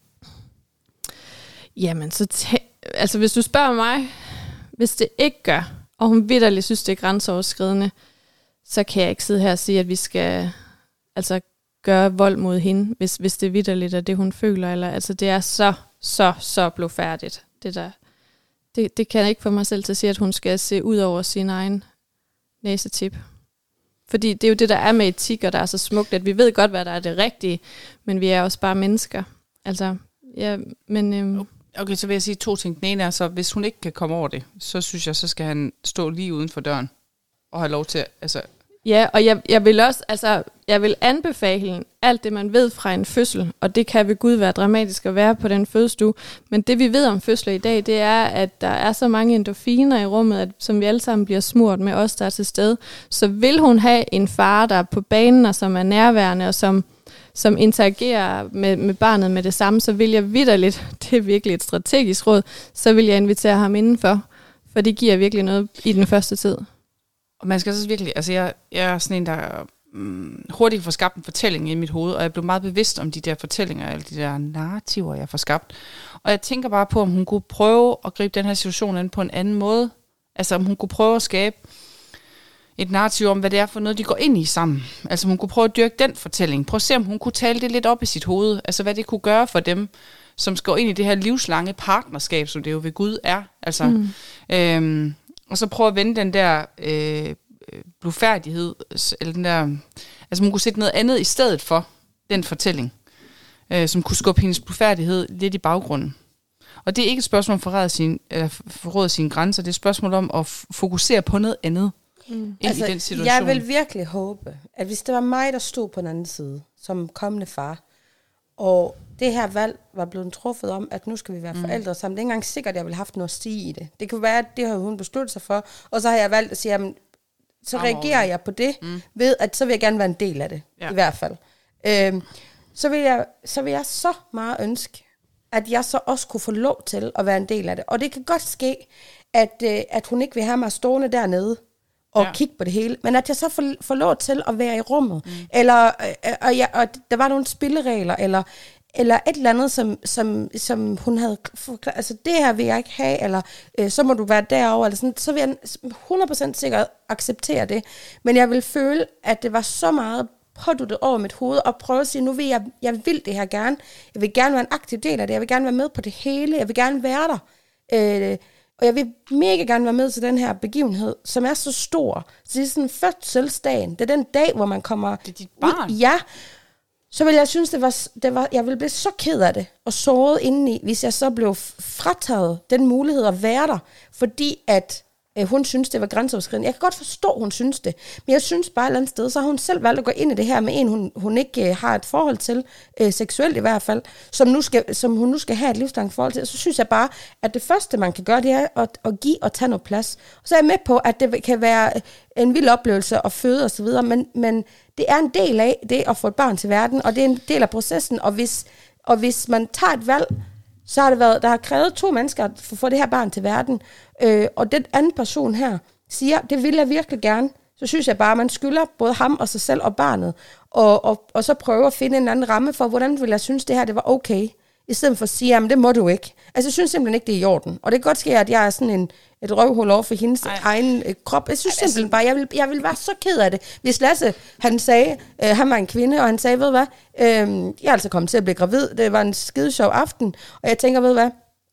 Jamen, så tæ- altså hvis du spørger mig, hvis det ikke gør, og hun vitterligt synes, det er grænseoverskridende, så kan jeg ikke sidde her og sige, at vi skal altså gøre vold mod hende, hvis, hvis det vitterligt er det, hun føler. Eller, altså, det er så, så, så blodfærdigt. Det, der. Det, det kan jeg ikke få mig selv til at sige, at hun skal se ud over sin egen næsetip. Fordi det er jo det, der er med etik, og der er så smukt, at vi ved godt, hvad der er det rigtige, men vi er også bare mennesker. Altså, ja, men... Øhm, Okay, så vil jeg sige to ting. Den ene er så, hvis hun ikke kan komme over det, så synes jeg, så skal han stå lige uden for døren og have lov til, altså... Ja, og jeg, jeg vil også, altså, jeg vil anbefale alt det, man ved fra en fødsel, og det kan ved Gud være dramatisk at være på den fødestue, men det vi ved om fødsler i dag, det er, at der er så mange endorfiner i rummet, at, som vi alle sammen bliver smurt med os, der er til stede. Så vil hun have en far, der er på banen, og som er nærværende, og som, som interagerer med, med barnet med det samme, så vil jeg vitterligt, det er virkelig et strategisk råd, så vil jeg invitere ham indenfor, for det giver virkelig noget i den første tid. Og man skal så virkelig, altså jeg, jeg er sådan en, der um, hurtigt får skabt en fortælling i mit hoved, og jeg blev meget bevidst om de der fortællinger, eller de der narrativer, jeg får skabt. Og jeg tænker bare på, om hun kunne prøve at gribe den her situation an på en anden måde. Altså om hun kunne prøve at skabe et narrativ om, hvad det er for noget, de går ind i sammen. Altså hun kunne prøve at dyrke den fortælling. Prøv at se, om hun kunne tale det lidt op i sit hoved. Altså hvad det kunne gøre for dem, som skal ind i det her livslange partnerskab, som det jo ved Gud er. Altså... Mm. Øhm, Og så prøve at vende den der øh, blufærdighed, eller den der, altså hun kunne sætte noget andet i stedet for den fortælling, øh, som kunne skubbe hendes blufærdighed lidt i baggrunden. Og det er ikke et spørgsmål om at sin, eller forråde sine grænser, det er et spørgsmål om at f- fokusere på noget andet mm. ind altså, i den situation. Jeg vil virkelig håbe, at hvis det var mig, der stod på den anden side, som kommende far, og det her valg var blevet truffet om, at nu skal vi være mm. forældre sammen. Det er ikke engang sikkert, at jeg ville have haft noget at sige i det. Det kan være, at det har hun besluttet sig for, og så har jeg valgt at sige, jamen, så reagerer jeg på det, mm. ved at så vil jeg gerne være en del af det, ja. I hvert fald. Øhm, så, vil jeg, så vil jeg så meget ønske, at jeg så også kunne få lov til at være en del af det. Og det kan godt ske, at, øh, at hun ikke vil have mig stående dernede, og ja. Kigge på det hele, men at jeg så får, får lov til at være i rummet, mm. eller øh, og, jeg, og der var nogle spilleregler, eller, eller et eller andet, som, som, som hun havde forklaret, altså det her vil jeg ikke have, eller øh, så må du være derovre, eller sådan, så vil jeg hundrede procent sikkert acceptere det, men jeg vil føle, at det var så meget påduttet over mit hoved, og prøve at sige, nu vil jeg, jeg vil det her gerne, jeg vil gerne være en aktiv del af det, jeg vil gerne være med på det hele, jeg vil gerne være der, øh, og jeg vil mega gerne være med til den her begivenhed, som er så stor. Så det er sådan fødselsdagen. Det er den dag, hvor man kommer... Det er dit barn. Ud, ja. Så vil jeg synes, det var, det var... Jeg ville blive så ked af det, og såret indeni, hvis jeg så blev frataget den mulighed at være der, fordi at øh, hun synes, det var grænseoverskridende. Jeg kan godt forstå, hun synes det, men jeg synes bare et eller andet sted, så har hun selv valgt at gå ind i det her med en, hun, hun ikke øh, har et forhold til, øh, seksuelt i hvert fald, som, nu skal, som hun nu skal have et livslangt forhold til. Og så synes jeg bare, at det første, man kan gøre, det er at, at give og tage noget plads. Og så er jeg med på, at det kan være en vild oplevelse at føde og så videre, men, men det er en del af det at få et barn til verden, og det er en del af processen, og hvis, og hvis man tager et valg, så har det været, der har krævet to mennesker for at få det her barn til verden, øh, og den anden person her siger, det vil jeg virkelig gerne, så synes jeg bare, at man skylder både ham og sig selv og barnet, og, og, og så prøve at finde en anden ramme for, hvordan vil jeg synes, det her det var okay, i stedet for at sige, jamen det må du ikke. Altså jeg synes simpelthen ikke, det er i orden, og det kan godt ske, at jeg er sådan en, et røvhul over for hendes Ej. egen øh, krop. Jeg synes Ej, simpelthen bare, jeg vil, jeg vil være så ked af det, hvis Lasse, han sagde, øh, han var en kvinde, og han sagde, ved du hvad, øh, jeg er altså kommet til at blive gravid, det var en skide sjov aften, og jeg tænker, ved du hvad,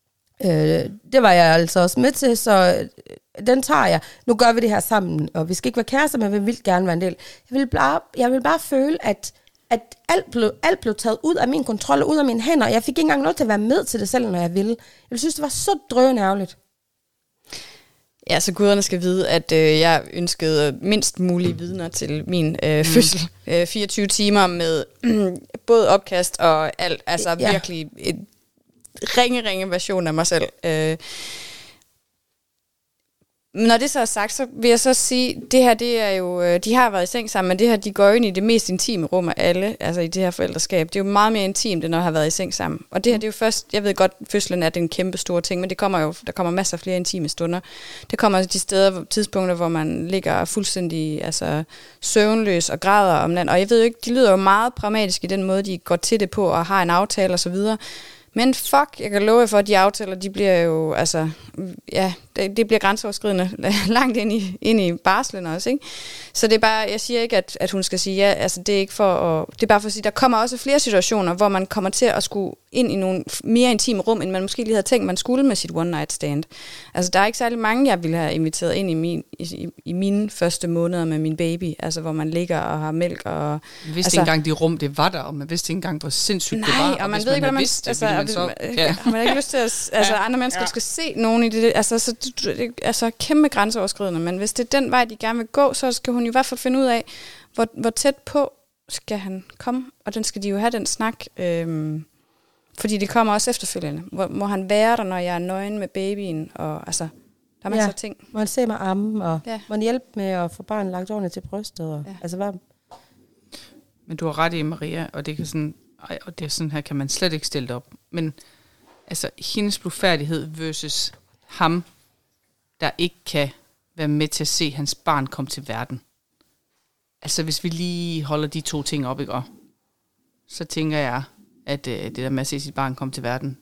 øh, det var jeg altså også med til, så øh, den tager jeg. Nu gør vi det her sammen, og vi skal ikke være kærester, men vi vil vildt gerne være en del. Jeg vil bare, jeg vil bare føle, at at alt blev, alt blev taget ud af min kontrol og ud af mine hænder, og jeg fik ikke engang lov til at være med til det selv, når jeg ville. Jeg ville synes, det var så drønærgerligt. Ja, så guderne skal vide, at øh, jeg ønskede mindst mulige vidner til min øh, mm. fødsel. Øh, fireogtyve timer med øh, både opkast og alt. Altså ja. Virkelig en ringe, ringe version af mig selv. Øh, Når det så er sagt, så vil jeg så sige, det her, det er jo, de har været i seng sammen, men det her, de går ind i det mest intime rum af alle, altså i det her forældreskab. Det er jo meget mere intimt, end når de har været i seng sammen. Og det her, det er jo først, jeg ved godt, fødslen er den kæmpe store ting, men det kommer jo, der kommer masser af flere intime stunder. Det kommer de steder, tidspunkter, hvor man ligger fuldstændig altså, søvnløs og græder om land. Og jeg ved jo ikke, de lyder jo meget pragmatisk i den måde, de går til det på og har en aftale og så videre. Men fuck, jeg kan love jer for, at de aftaler, de bliver jo, altså, ja, det, det bliver grænseoverskridende langt ind i, ind i barslen også, ikke? Så det er bare, jeg siger ikke, at, at hun skal sige ja, altså det er ikke for at, det er bare for at sige, der kommer også flere situationer, hvor man kommer til at skulle ind i nogle mere intime rum, end man måske lige havde tænkt, man skulle med sit one night stand. Altså der er ikke særlig mange, jeg ville have inviteret ind i, min, i, i mine første måneder med min baby, altså hvor man ligger og har mælk og... Man vidste altså, ikke engang, de rum, det var der, og man vidste ikke engang, hvor sindssygt nej, det var. og, og man ved ikke, hvordan man... vidste, altså, man det, så... Ja. Har man ikke lyst til at... Altså, ja. andre mennesker ja. skal se nogen i det. Altså, så, det, altså, kæmpe grænseoverskridende. Men hvis det er den vej, de gerne vil gå, så skal hun jo i hvert fald finde ud af, hvor, hvor tæt på skal han komme. Og den skal de jo have, den snak. Øhm, fordi det kommer også efterfølgende. Hvor, må han være der, når jeg er nøgen med babyen? Og altså, der er masser ja. af ting. Må han se mig armen, og Ja. må han hjælpe med at få barnet lagt ordentligt til brystet. Og, Ja. altså, hvad... Men du har ret i, Maria, og det kan sådan, ej, og det er sådan her kan man slet ikke stille det op. Men altså hendes blufærdighed versus ham, der ikke kan være med til at se hans barn komme til verden. Altså hvis vi lige holder de to ting op, ikke? Og så tænker jeg, at øh, det der med at se sit barn komme til verden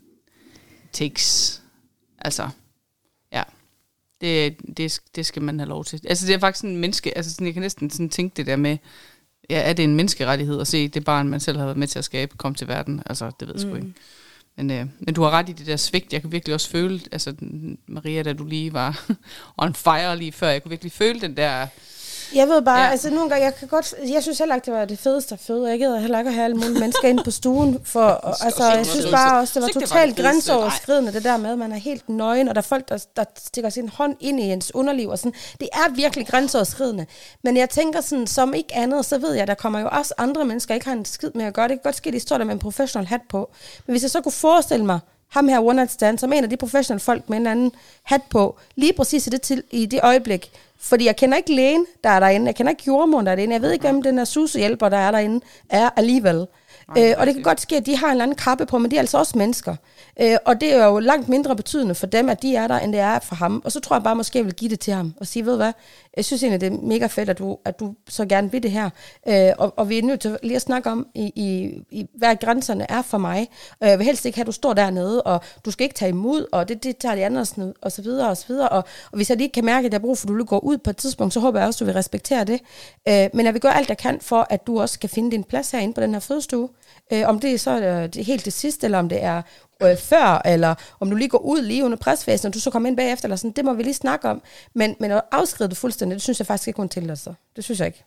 takes, altså ja, det, det, det skal man have lov til. Altså det er faktisk sådan en menneske, altså sådan, jeg kan næsten sådan tænke det der med, ja, er det en menneskerettighed at se det barn, man selv har været med til at skabe, komme til verden? Altså, det ved jeg sgu Mm. ikke. Men, øh, men du har ret i det der svigt. Jeg kan virkelig også føle, altså Maria, da du lige var on fire lige før, jeg kunne virkelig føle den der... Jeg ved bare, Ja. ja. altså nogle gange, jeg kan godt, jeg synes heller ikke, det var det fedeste at føde. Jeg gider heller ikke at have alle mulige mennesker inde på stuen. For, og, altså, jeg synes bare også, det var Synes ikke, det var totalt det fedeste. grænseoverskridende, det der med, at man er helt nøgen, og der er folk, der, der stikker sin hånd ind i ens underliv, og sådan. Det er virkelig grænseoverskridende. Men jeg tænker sådan, som ikke andet, så ved jeg, der kommer jo også andre mennesker, ikke har en skid med at gøre. Det kan godt ske, at de står der med en professional hat på. Men hvis jeg så kunne forestille mig, ham her one night stand, som en af de professionelle folk med en anden hat på, lige præcis i det, til, i det øjeblik. Fordi jeg kender ikke lægen, der er derinde. Jeg kender ikke jordmoren, der er derinde. Jeg ved ikke, hvem den der susehjælper, der er derinde, er alligevel. Nej, øh, og det kan godt ske, at de har en eller anden kappe på, men de er altså også mennesker. Øh, og det er jo langt mindre betydende for dem, at de er der, end det er for ham. Og så tror jeg bare, måske jeg vil give det til ham og sige, ved du hvad, jeg synes egentlig, det er mega fedt, at du, at du så gerne vil det her. Øh, og, og vi er nødt til lige at snakke om, i, i, i, hvad grænserne er for mig. Øh, jeg vil helst ikke have, at du står dernede, og du skal ikke tage imod, og det, det tager de andre, sådan, og så videre, og så videre. Og, og hvis jeg lige kan mærke, at jeg har brug for, at du vil gå ud på et tidspunkt, så håber jeg også, at du vil respektere det. Øh, men jeg vil gøre alt, jeg kan, for at du også kan finde din plads herinde på den her fødestue. Øh, om det er så øh, det helt det sidste, eller om det er øh, før, eller om du lige går ud lige under presfæsen, og du så kommer ind bagefter, eller sådan, det må vi lige snakke om. Men, men at afskride det fuldstændig, det synes jeg faktisk ikke, hun tillader sig. Det synes jeg ikke.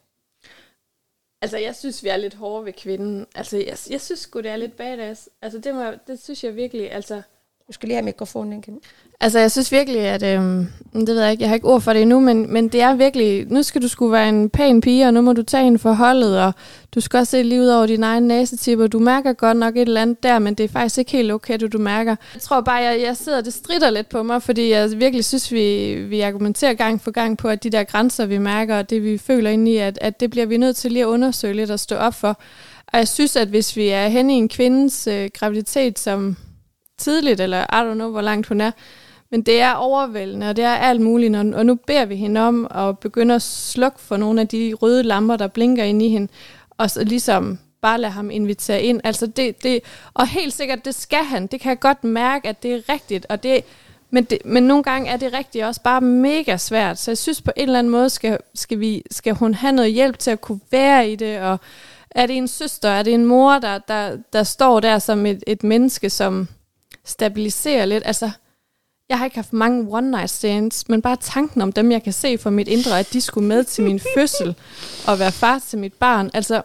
Altså, jeg synes, vi er lidt hårde ved kvinden. Altså, jeg, jeg synes sgu, det er lidt badass. Altså, det, må, det synes jeg virkelig, altså... Du skal lige have mikrofonen, Kim. Altså, jeg synes virkelig, at... Øhm, det ved jeg ikke, jeg har ikke ord for det endnu, men, men det er virkelig... Nu skal du sgu være en pæn pige, og nu må du tage en for holdet, og du skal også se lige ud over din egen næsetipper. Du mærker godt nok et eller andet der, men det er faktisk ikke helt okay, du, du mærker. Jeg tror bare, jeg, jeg sidder, det stritter lidt på mig, fordi jeg virkelig synes, vi, vi argumenterer gang for gang på, at de der grænser, vi mærker, og det vi føler inde i, at, at det bliver vi nødt til lige at undersøge lidt og stå op for. Og jeg synes, at hvis vi er henne i en kvindes øh, graviditet, som tidligt, eller I don't know, hvor langt hun er, men det er overvældende, og det er alt muligt, og, og nu beder vi hende om at begynde at slukke for nogle af de røde lamper, der blinker ind i hende, og så ligesom bare lade ham invitere ind. Altså det, det, og helt sikkert, det skal han. Det kan jeg godt mærke, at det er rigtigt, og det, men, det, men nogle gange er det rigtigt også bare mega svært, så jeg synes på en eller anden måde, skal, skal, vi, skal hun have noget hjælp til at kunne være i det, og er det en søster, er det en mor, der, der, der står der som et, et menneske, som stabiliserer lidt. Altså, jeg har ikke haft mange one-night stands, men bare tanken om dem, jeg kan se for mit indre, at de skulle med til min fødsel og være far til mit barn. Altså,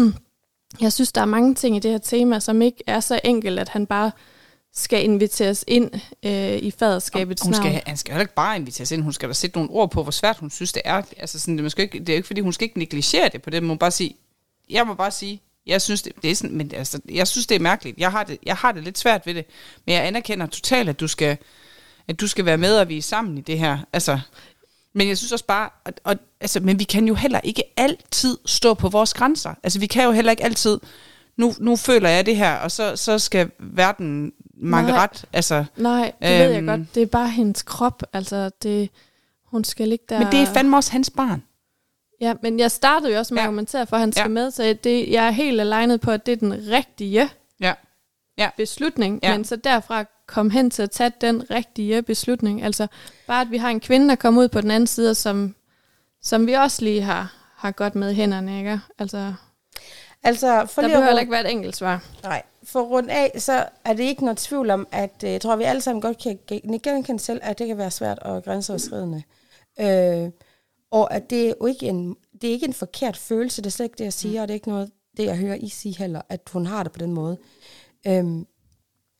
jeg synes, der er mange ting i det her tema, som ikke er så enkelt, at han bare skal inviteres ind øh, i faderskabets hun navn. skal, han skal heller ikke bare inviteres ind, hun skal da sætte nogle ord på, hvor svært hun synes, det er. Altså, sådan, det, man skal ikke, det er jo ikke, fordi hun skal ikke negligere det på det, men hun bare sige, jeg må bare sige, jeg synes, det, det er sådan, men altså, jeg synes, det er mærkeligt. Jeg har det, jeg har det lidt svært ved det, men jeg anerkender totalt, at du skal, at du skal være med, og vi er sammen i det her. Altså, men jeg synes også bare, at, og, altså, men vi kan jo heller ikke altid stå på vores grænser. Altså, vi kan jo heller ikke altid, nu, nu føler jeg det her, og så, så skal verden mangle Nej. ret. Altså, Nej, det øhm, ved jeg godt. Det er bare hendes krop. Altså, det, hun skal ligge der. Men det er fandme også hans barn. Ja, men jeg startede jo også med Ja. at argumentere for, at han skal Ja. med, så det, jeg er helt alignet på, at det er den rigtige Ja. Ja. beslutning, Ja. men så derfra kom hen til at tage den rigtige beslutning. Altså bare, at vi har en kvinde, der kommer ud på den anden side, som, som vi også lige har, har godt med i hænderne, ikke? Altså, Altså, for der lige at behøver runde- ikke være et enkelt svar. Nej, for rundt af, så er det ikke noget tvivl om, at øh, jeg tror, vi alle sammen godt kan gen- genkende selv, at det kan være svært og grænseoverskridende. Øh, og at det er jo ikke en, det er ikke en forkert følelse, det er slet ikke det, jeg siger, mm. og det er ikke noget, det jeg hører I sige heller, at hun har det på den måde. Øhm,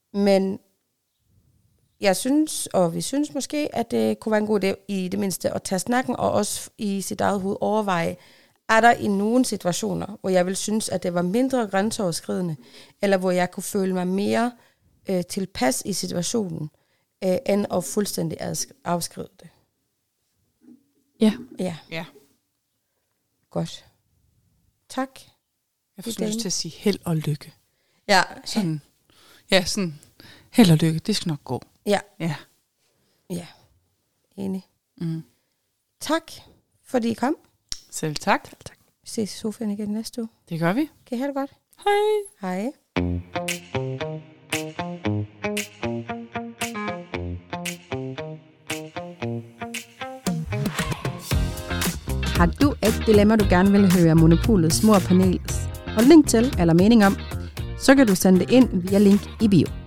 Men jeg synes, og vi synes måske, at det kunne være en god idé i det mindste at tage snakken, og også i sit eget hoved overveje, er der i nogle situationer, hvor jeg vil synes, at det var mindre grænseoverskridende, eller hvor jeg kunne føle mig mere øh, tilpas i situationen, øh, end at fuldstændig adsk- afskrive det. Ja. Ja. Ja. Godt. Tak. Jeg får lyst til at sige held og lykke. Ja. Sådan. Ja, sådan. Held og lykke, det skal nok gå. Ja. Ja. Ja. Enig. Mm. Tak, fordi I kom. Selv tak. Tak. Vi ses i sofaen igen næste uge. Det gør vi. Kan I have det godt? Hej. Hej. Har du et dilemma, du gerne vil høre Monopolets morpanels holdning til eller mening om, så kan du sende det ind via link i bio.